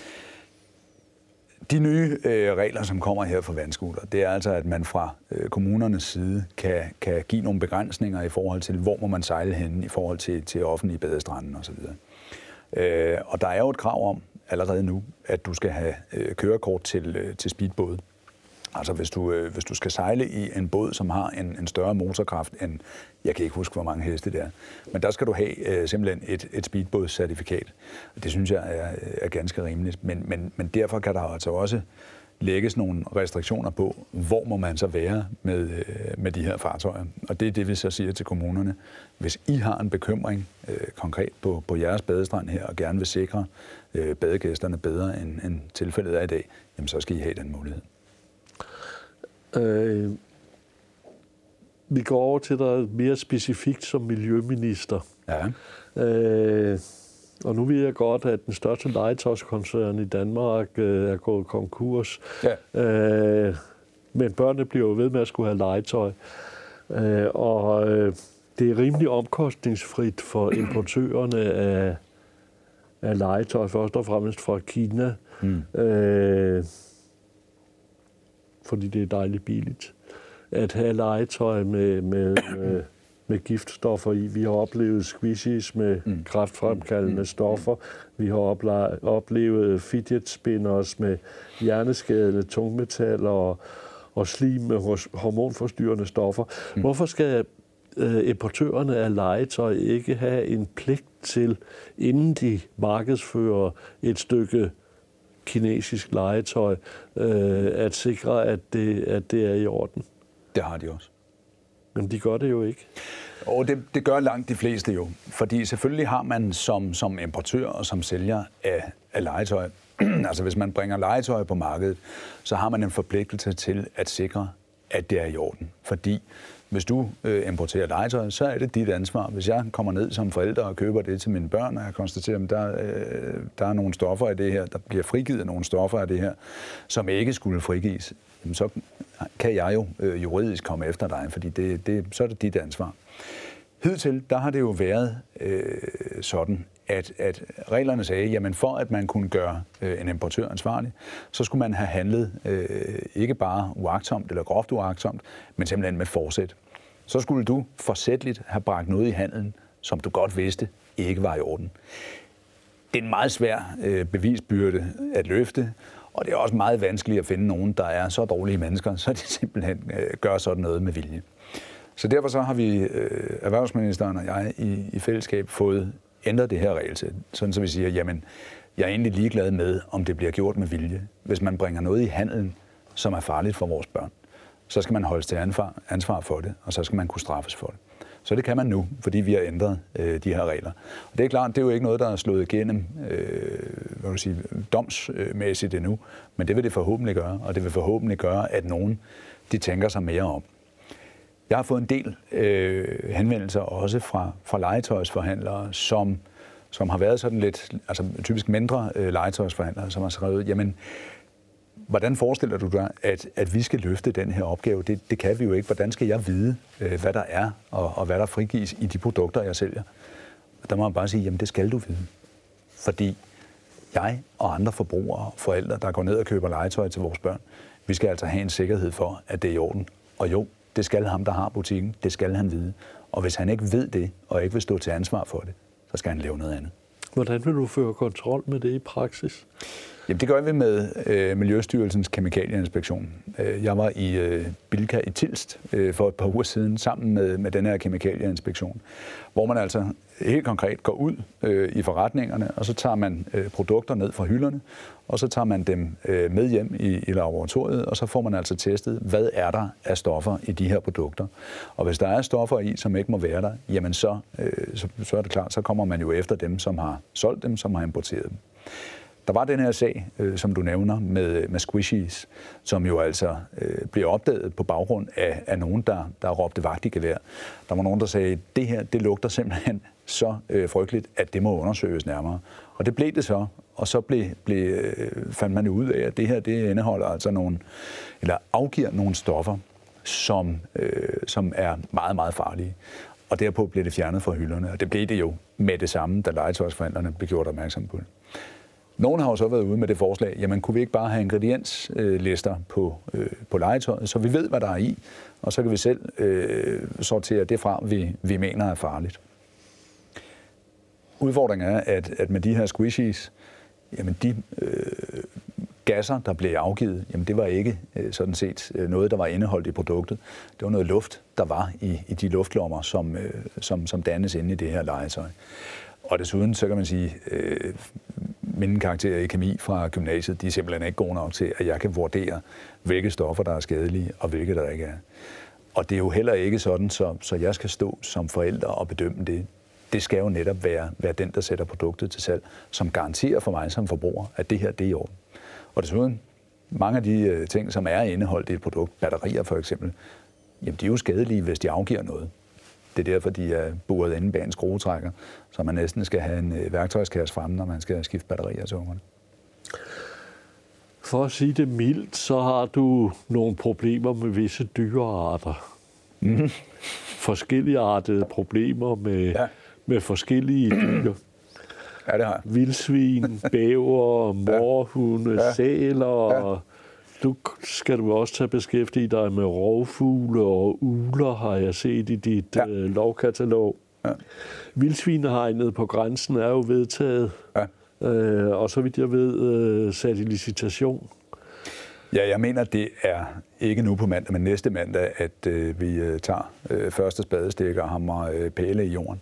De nye regler, som kommer her for vandscooter, det er altså, at man fra kommunernes side kan give nogle begrænsninger i forhold til, hvor må man sejle henne i forhold til offentlige badestrande osv. Og der er jo et krav om allerede nu, at du skal have kørekort til speedbåd. Altså hvis du skal sejle i en båd, som har en større motorkraft end, jeg kan ikke huske, hvor mange heste det er, men der skal du have simpelthen et speedbådscertifikat. Det synes jeg er ganske rimeligt, men derfor kan der altså også lægges nogle restriktioner på, hvor må man så være med de her fartøjer. Og det er det, vi så siger til kommunerne. Hvis I har en bekymring konkret på jeres badestrand her, og gerne vil sikre badegæsterne bedre, end tilfældet er i dag, jamen så skal I have den mulighed. Vi går over til dig mere specifikt som miljøminister. Ja. Og nu ved jeg godt, at den største legetøjskoncern i Danmark er gået konkurs. Ja. Men børnene bliver jo ved med at skulle have legetøj. Og det er rimelig omkostningsfrit for importørerne af legetøj, først og fremmest fra Kina. Fordi det er dejligt billigt at have legetøj med giftstoffer i. Vi har oplevet squishies med kræftfremkaldende stoffer. Vi har oplevet fidget spinners med hjerneskadende tungmetaller og slim med hormonforstyrrende stoffer. Hvorfor skal importørerne af legetøj ikke have en pligt til, inden de markedsfører et stykke kinesisk legetøj, at sikre, at det er i orden? Det har de også. Men de gør det jo ikke. Og det gør langt de fleste jo. Fordi selvfølgelig har man som importør og som sælger af legetøj, altså hvis man bringer legetøj på markedet, så har man en forpligtelse til at sikre, at det er i orden. Fordi hvis du importerer legetøj, så er det dit ansvar. Hvis jeg kommer ned som forælder og køber det til mine børn, og jeg konstaterer, at der er nogle stoffer i det her, der bliver frigivet nogle stoffer af det her, som ikke skulle frigives, så kan jeg jo juridisk komme efter dig, fordi så er det dit ansvar. Hidtil, der har det jo været sådan, at reglerne sagde, jamen for at man kunne gøre en importør ansvarlig, så skulle man have handlet ikke bare uagtsomt eller groft uagtsomt, men simpelthen med forsæt. Så skulle du forsætligt have bragt noget i handelen, som du godt vidste ikke var i orden. Det er en meget svær bevisbyrde at løfte, og det er også meget vanskeligt at finde nogen, der er så dårlige mennesker, så de simpelthen gør sådan noget med vilje. Så derfor så har vi, erhvervsministeren og jeg, i fællesskab fået ændret det her regelsæt, sådan så vi siger, jamen, jeg er egentlig ligeglad med, om det bliver gjort med vilje. Hvis man bringer noget i handelen, som er farligt for vores børn, så skal man holdes til ansvar for det, og så skal man kunne straffes for det. Så det kan man nu, fordi vi har ændret de her regler. Og det er klart, det er jo ikke noget, der er slået igennem domsmæssigt endnu, men det vil det forhåbentlig gøre, og det vil forhåbentlig gøre, at nogen de tænker sig mere om. Jeg har fået en del henvendelser også fra legetøjsforhandlere, som har været sådan lidt, altså typisk mindre legetøjsforhandlere, som har skrevet, jamen, hvordan forestiller du dig, at vi skal løfte den her opgave? Det kan vi jo ikke. Hvordan skal jeg vide, hvad der er, og hvad der frigives i de produkter, jeg sælger? Og der må man bare sige, jamen det skal du vide. Fordi jeg og andre forbrugere og forældre, der går ned og køber legetøj til vores børn, vi skal altså have en sikkerhed for, at det er i orden. Og jo, det skal ham, der har butikken, det skal han vide. Og hvis han ikke ved det, og ikke vil stå til ansvar for det, så skal han lave noget andet. Hvordan vil du føre kontrol med det i praksis? Jamen, det gør vi med Miljøstyrelsens kemikalieinspektion. Jeg var i Bilka i Tilst for et par uger siden sammen med den her kemikalieinspektion, hvor man altså helt konkret går ud i forretningerne, og så tager man produkter ned fra hylderne, og så tager man dem med hjem i laboratoriet, og så får man altså testet, hvad er der af stoffer i de her produkter. Og hvis der er stoffer i, som ikke må være der, jamen så er det klart, så kommer man jo efter dem, som har solgt dem, som har importeret dem. Der var den her sag, som du nævner, med squishies, som jo altså blev opdaget på baggrund af nogen, der råbte vagt i gevær. Der var nogen, der sagde, det her, det lugter simpelthen så frygteligt, at det må undersøges nærmere. Og det blev det så, Og så fandt man ud af, at det her det indeholder altså afgiver nogle stoffer, som er meget, meget farlige. Og derpå blev det fjernet fra hylderne, og det blev det jo med det samme, da legetøjsforhandlerne blev gjort opmærksom på det. Nogle har jo så været ude med det forslag, jamen kunne vi ikke bare have ingredienslister på legetøjet, så vi ved, hvad der er i, og så kan vi selv sortere det fra, vi mener er farligt. Udfordringen er, at med de her squishies, jamen de gasser, der blev afgivet, jamen det var ikke sådan set noget, der var indeholdt i produktet. Det var noget luft, der var i de luftlommer, som dannes inde i det her legetøj. Og desuden, så kan man sige, mine karakterer i kemi fra gymnasiet, de er simpelthen ikke gode nok til, at jeg kan vurdere, hvilke stoffer, der er skadelige, og hvilke der ikke er. Og det er jo heller ikke sådan, så jeg skal stå som forælder og bedømme det. Det skal jo netop være den, der sætter produktet til salg, som garanterer for mig som forbruger, at det her, det er i orden. Og desuden, mange af de ting, som er indeholdt i et produkt, batterier for eksempel, jamen de er jo skadelige, hvis de afgiver noget. Det er derfor, de er buret inde bag en skruetrækker, så man næsten skal have en værktøjskasse fremme, når man skal skifte batterier til ungerne. For at sige det mildt, så har du nogle problemer med visse dyrearter. Mm-hmm. Forskellige artede problemer med forskellige dyr. Ja, det har jeg. Vildsvin, bæver, mårhunde, sæler. Ja. Du skal du også tage beskæftige dig med rovfugle og ugler, har jeg set i dit lovkatalog. Ja. Vildsvinehegnet på grænsen er jo vedtaget, og så vidt jeg ved, sat i licitation. Ja, jeg mener, det er ikke nu på mandag, men næste mandag, at vi tager første spadestik og hammer pæle i jorden.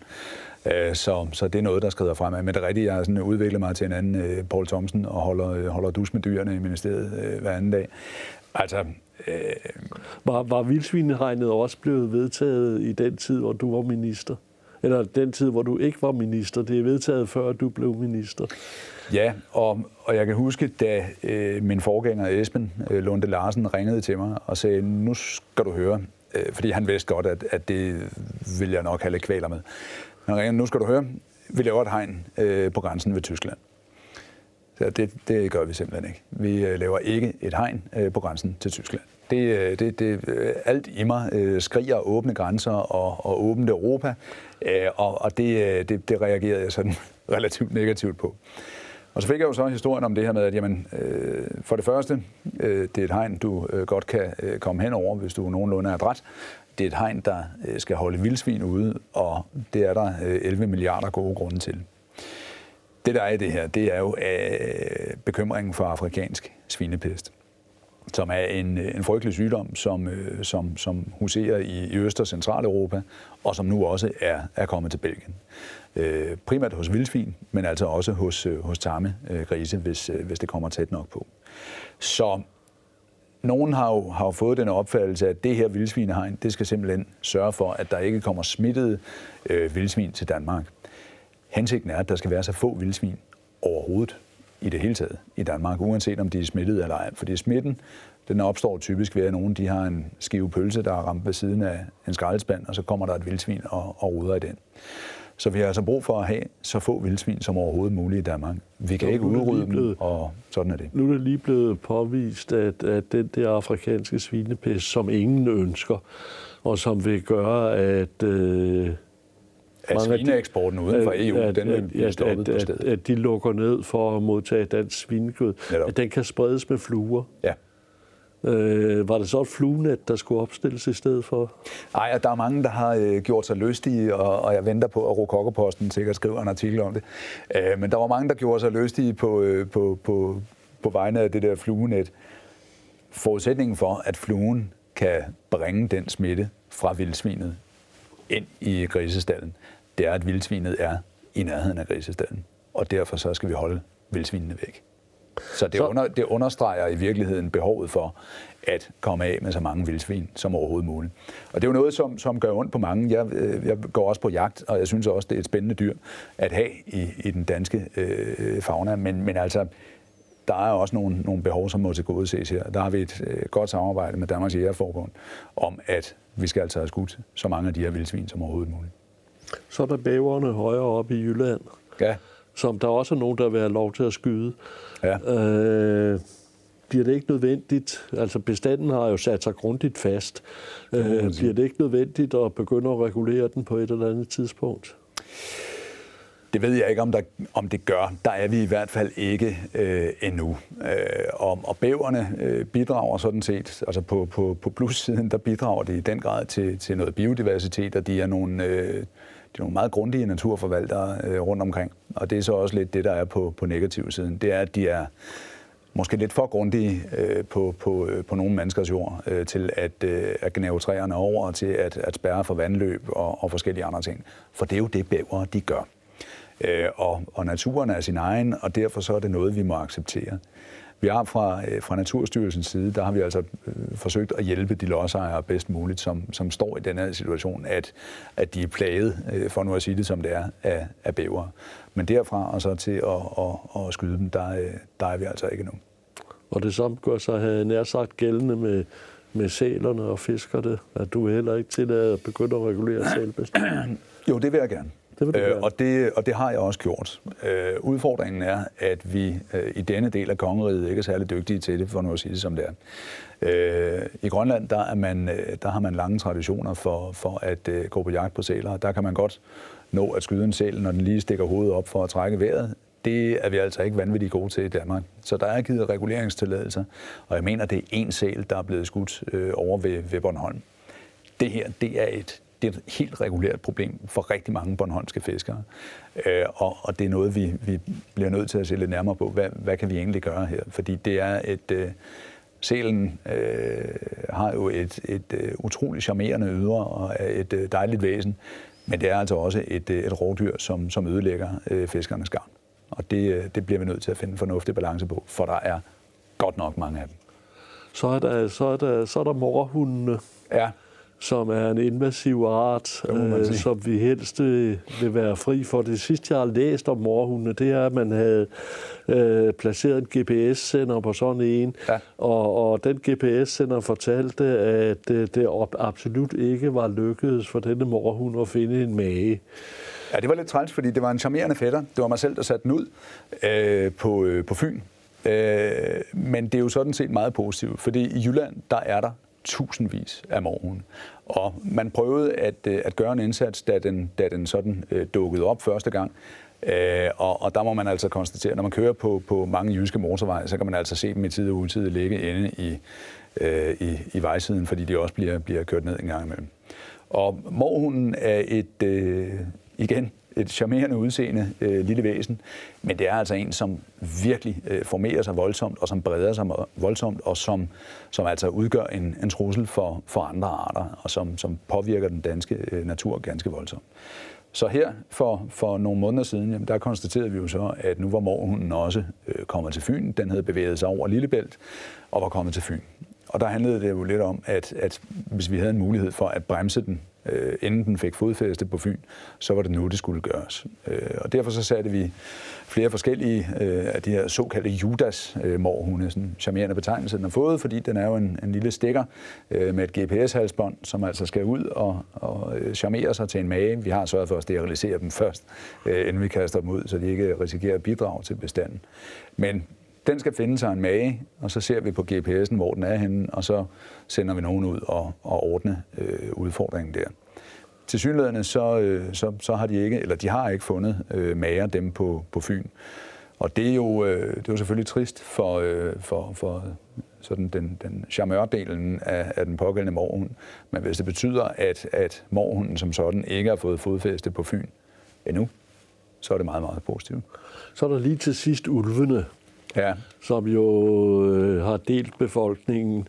Så det er noget, der skrider fremad. Men det er rigtigt, jeg har sådan udviklet mig til en anden Poul Thomsen og holder dus med dyrene i ministeriet hver anden dag. Altså, Var vildsvinehegnet også blevet vedtaget i den tid, hvor du var minister? Eller den tid, hvor du ikke var minister? Det er vedtaget før, du blev minister. Ja, og jeg kan huske, da min forgænger Esben Lunde Larsen ringede til mig og sagde, nu skal du høre, fordi han vidste godt, at det ville jeg nok have lidt kvaler med. Han ringede, nu skal du høre, vi laver et hegn på grænsen ved Tyskland. Så det gør vi simpelthen ikke. Vi laver ikke et hegn på grænsen til Tyskland. Alt i mig skriger åbne grænser og åbent Europa, og det reagerede jeg sådan relativt negativt på. Og så fik jeg jo så historien om det her med, at jamen, for det første, det er et hegn, du godt kan komme hen over, hvis du nogenlunde er adræt. Det er et hegn, der skal holde vildsvin ude, og det er der 11 milliarder gode grunde til. Det, der er i det her, det er jo bekymringen for afrikansk svinepest, som er en frygtelig sygdom, som huserer i Øst- og Centraleuropa, og som nu også er kommet til Belgien. Primært hos vildsvin, men altså også hos tamme grise, hvis det kommer tæt nok på. Så nogen har jo fået den opfattelse, at det her vildsvinehegn, det skal simpelthen sørge for, at der ikke kommer smittede vildsvin til Danmark. Hensigten er, at der skal være så få vildsvin overhovedet i det hele taget i Danmark, uanset om de er smittet eller ej. Fordi smitten, den opstår typisk ved, at nogen de har en skive pølse, der er ramt ved siden af en skraldespand, og så kommer der et vildsvin og ruder i den. Så vi har altså brug for at have så få vildsvin som overhovedet muligt i Danmark. Vi kan ikke udrydde dem, og sådan er det. Nu er det lige blevet påvist, at den der afrikanske svinepest, som ingen ønsker, og som vil gøre, at svineeksporten uden for EU, den vil blive stoppet på stedet. At de lukker ned for at modtage dansk svinekød, at den kan spredes med fluer. Ja. Var det så et fluenet, der skulle opstilles i stedet for? Nej, der er mange, der har gjort sig lystige, og jeg venter på, at Rokokoposten sikkert skriver en artikel om det. Men der var mange, der gjorde sig lystige på vegne af det der fluenet. Forudsætningen for, at fluen kan bringe den smitte fra vildsvinet ind i grisestallen, det er, at vildsvinet er i nærheden af grisestallen. Og derfor så skal vi holde vildsvinene væk. Så det understreger i virkeligheden behovet for at komme af med så mange vildsvin som overhovedet muligt. Og det er jo noget, som gør ondt på mange. Jeg går også på jagt, og jeg synes også, det er et spændende dyr at have i den danske fauna. Men altså, der er også nogle behov, som må tilgodeses her. Der har vi et godt samarbejde med Danmarks Jægerforbund om, at vi skal altså have skudt så mange af de her vildsvin som overhovedet muligt. Så er der bæverne højere oppe i Jylland. Ja. som der også er nogen, der vil have lov til at skyde. Ja. Bliver det ikke nødvendigt, altså bestanden har jo sat sig grundigt fast, bliver det ikke nødvendigt at begynde at regulere den på et eller andet tidspunkt? Det ved jeg ikke, om det gør. Der er vi i hvert fald ikke endnu. Og bæverne bidrager sådan set, altså på plussiden, der bidrager det i den grad til noget biodiversitet, og de er nogle meget grundige naturforvaltere rundt omkring. Og det er så også lidt det, der er på negativsiden. Det er, at de er måske lidt for grundige på nogle menneskers jord til at gnave træerne over og til at spærre for vandløb og forskellige andre ting. For det er jo det, bævere de gør. Og naturen er sin egen, og derfor så er det noget, vi må acceptere. Vi har fra Naturstyrelsens side, der har vi altså forsøgt at hjælpe de lodsejere bedst muligt, som står i den her situation, at de er plaget, for nu at sige det som det er, af bævere. Men derfra og så til at skyde dem, der er vi altså ikke nu. Og det samme gør sig have nær sagt gældende med sælerne og fiskerne, at du heller ikke tillader at begynde at regulere sælbestanden? Jo, det vil jeg gerne. Og det har jeg også gjort. Udfordringen er, at vi i denne del af kongeriget ikke er særlig dygtige til det, for nu at sige det som det er. I Grønland, der har man lange traditioner for at gå på jagt på sæler. Der kan man godt nå at skyde en sæl, når den lige stikker hovedet op for at trække vejret. Det er vi altså ikke vanvittigt gode til i Danmark. Så der er givet reguleringstilladelser, og jeg mener, det er én sæl, der er blevet skudt over ved Bornholm. Det her, det er et helt regulært problem for rigtig mange bornholmske fiskere. Og det er noget, vi bliver nødt til at se lidt nærmere på. Hvad kan vi egentlig gøre her? Fordi det er sælen har jo et utroligt charmerende ydre og er et dejligt væsen, men det er altså også et rovdyr, som ødelægger fiskernes garn. Og det bliver vi nødt til at finde en fornuftig balance på, for der er godt nok mange af dem. Så er der mårhundene. Ja. Som er en invasiv art, som vi helst vil være fri for. Det sidste, jeg har læst om mårhundene, det er, at man havde placeret en GPS-sender på sådan en, ja. og den GPS-sender fortalte, at det absolut ikke var lykkedes for denne mårhund at finde en mage. Ja, det var lidt træls, fordi det var en charmerende fætter. Det var mig selv, der satte den ud på Fyn. Men det er jo sådan set meget positivt, fordi i Jylland, der er der tusindvis af mårhunde. Og man prøvede at gøre en indsats, da den sådan dukkede op første gang. Og der må man altså konstatere, når man kører på mange jyske motorveje, så kan man altså se dem i tide og utide ligge inde i vejsiden, fordi de også bliver kørt ned en gang imellem. Og mårhunden er et charmerende udseende lille væsen, men det er altså en, som virkelig formerer sig voldsomt, og som breder sig voldsomt, og som altså udgør en trussel for andre arter, og som påvirker den danske natur ganske voldsomt. Så her for nogle måneder siden, jamen, der konstaterede vi jo så, at nu var mårhunden også kommet til Fyn. Den havde bevæget sig over Lillebælt og var kommet til Fyn. Og der handlede det jo lidt om, at hvis vi havde en mulighed for at bremse den, inden den fik fodfæste på Fyn, så var det nu, det skulle gøres. Og derfor så satte vi flere forskellige af de her såkaldte Judas-mårhunde, sådan en charmerende betegnelse, den har fået, fordi den er jo en lille stikker med et GPS-halsbånd, som altså skal ud og charmere sig til en mage. Vi har sørget for at sterilisere dem først, inden vi kaster dem ud, så de ikke risikerer at bidrage til bestanden. Men den skal finde sig en mage, og så ser vi på GPS'en, hvor den er henne, og så sender vi nogen ud og ordne udfordringen der. Tilsyneladende så har de ikke, eller de har ikke fundet mager dem på Fyn. Og det er jo selvfølgelig trist for sådan den charmørdelen af den pågældende mårhund. Men hvis det betyder, at mårhunden som sådan ikke har fået fodfæste på Fyn endnu, så er det meget, meget positivt. Så er der lige til sidst ulvene. Ja. Som jo har delt befolkningen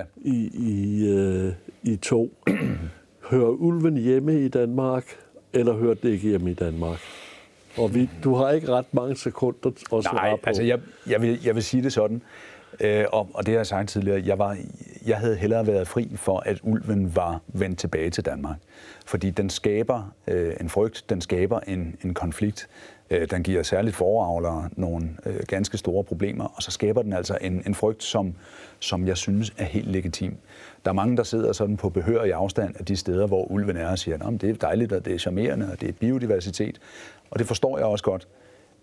i to. Hører ulven hjemme i Danmark, eller hører det ikke hjemme i Danmark? Og du har ikke ret mange sekunder at svare på. Altså jeg vil sige det sådan, og det har jeg sagt tidligere, jeg havde hellere været fri for, at ulven var vendt tilbage til Danmark. Fordi den skaber en frygt, den skaber en konflikt. Den giver særligt foravlere nogle ganske store problemer, og så skaber den altså en frygt, som jeg synes er helt legitim. Der er mange, der sidder sådan på behørig afstand af de steder, hvor ulven er og siger, at det er dejligt, og det er charmerende, og det er biodiversitet. Og det forstår jeg også godt.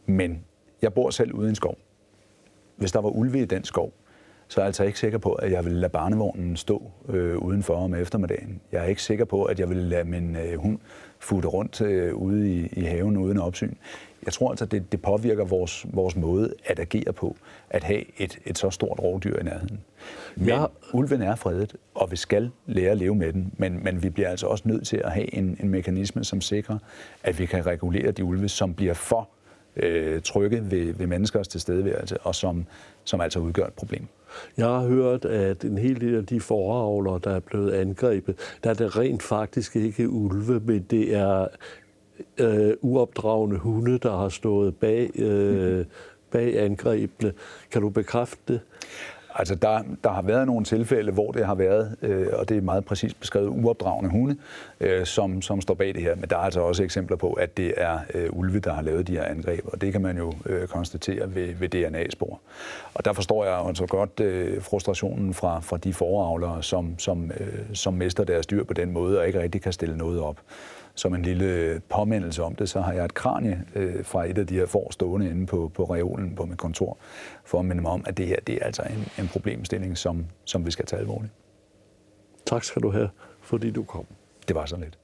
Men jeg bor selv ude i en skov. Hvis der var ulve i den skov, så er jeg altså ikke sikker på, at jeg ville lade barnevognen stå udenfor om eftermiddagen. Jeg er ikke sikker på, at jeg ville lade min hund futte rundt ude i haven uden opsyn. Jeg tror altså, det påvirker vores måde at agere på, at have et så stort rovdyr i nærheden. Men ulven er fredet, og vi skal lære at leve med den. Men vi bliver altså også nødt til at have en mekanisme, som sikrer, at vi kan regulere de ulve, som bliver for trygge ved menneskers tilstedeværelse, og som altså udgør et problem. Jeg har hørt, at en hel del af de fåreavlere, der er blevet angrebet, der er det rent faktisk ikke ulve, men det er uopdragne hunde, der har stået bag angrebene. Kan du bekræfte det? Altså, der har været nogle tilfælde, hvor det har været, og det er meget præcist beskrevet, uopdragne hunde, som står bag det her. Men der er altså også eksempler på, at det er ulve, der har lavet de her angreb, og det kan man jo konstatere ved DNA-spor. Og der forstår jeg altså godt frustrationen fra de fåreavlere, som mister deres dyr på den måde, og ikke rigtig kan stille noget op. Som en lille påmindelse om det, så har jeg et kranie fra et af de her får stående inde på reolen på mit kontor, for at minde mig om, at det her det er altså en problemstilling, som vi skal tage alvorligt. Tak skal du have, fordi du kom. Det var så lidt.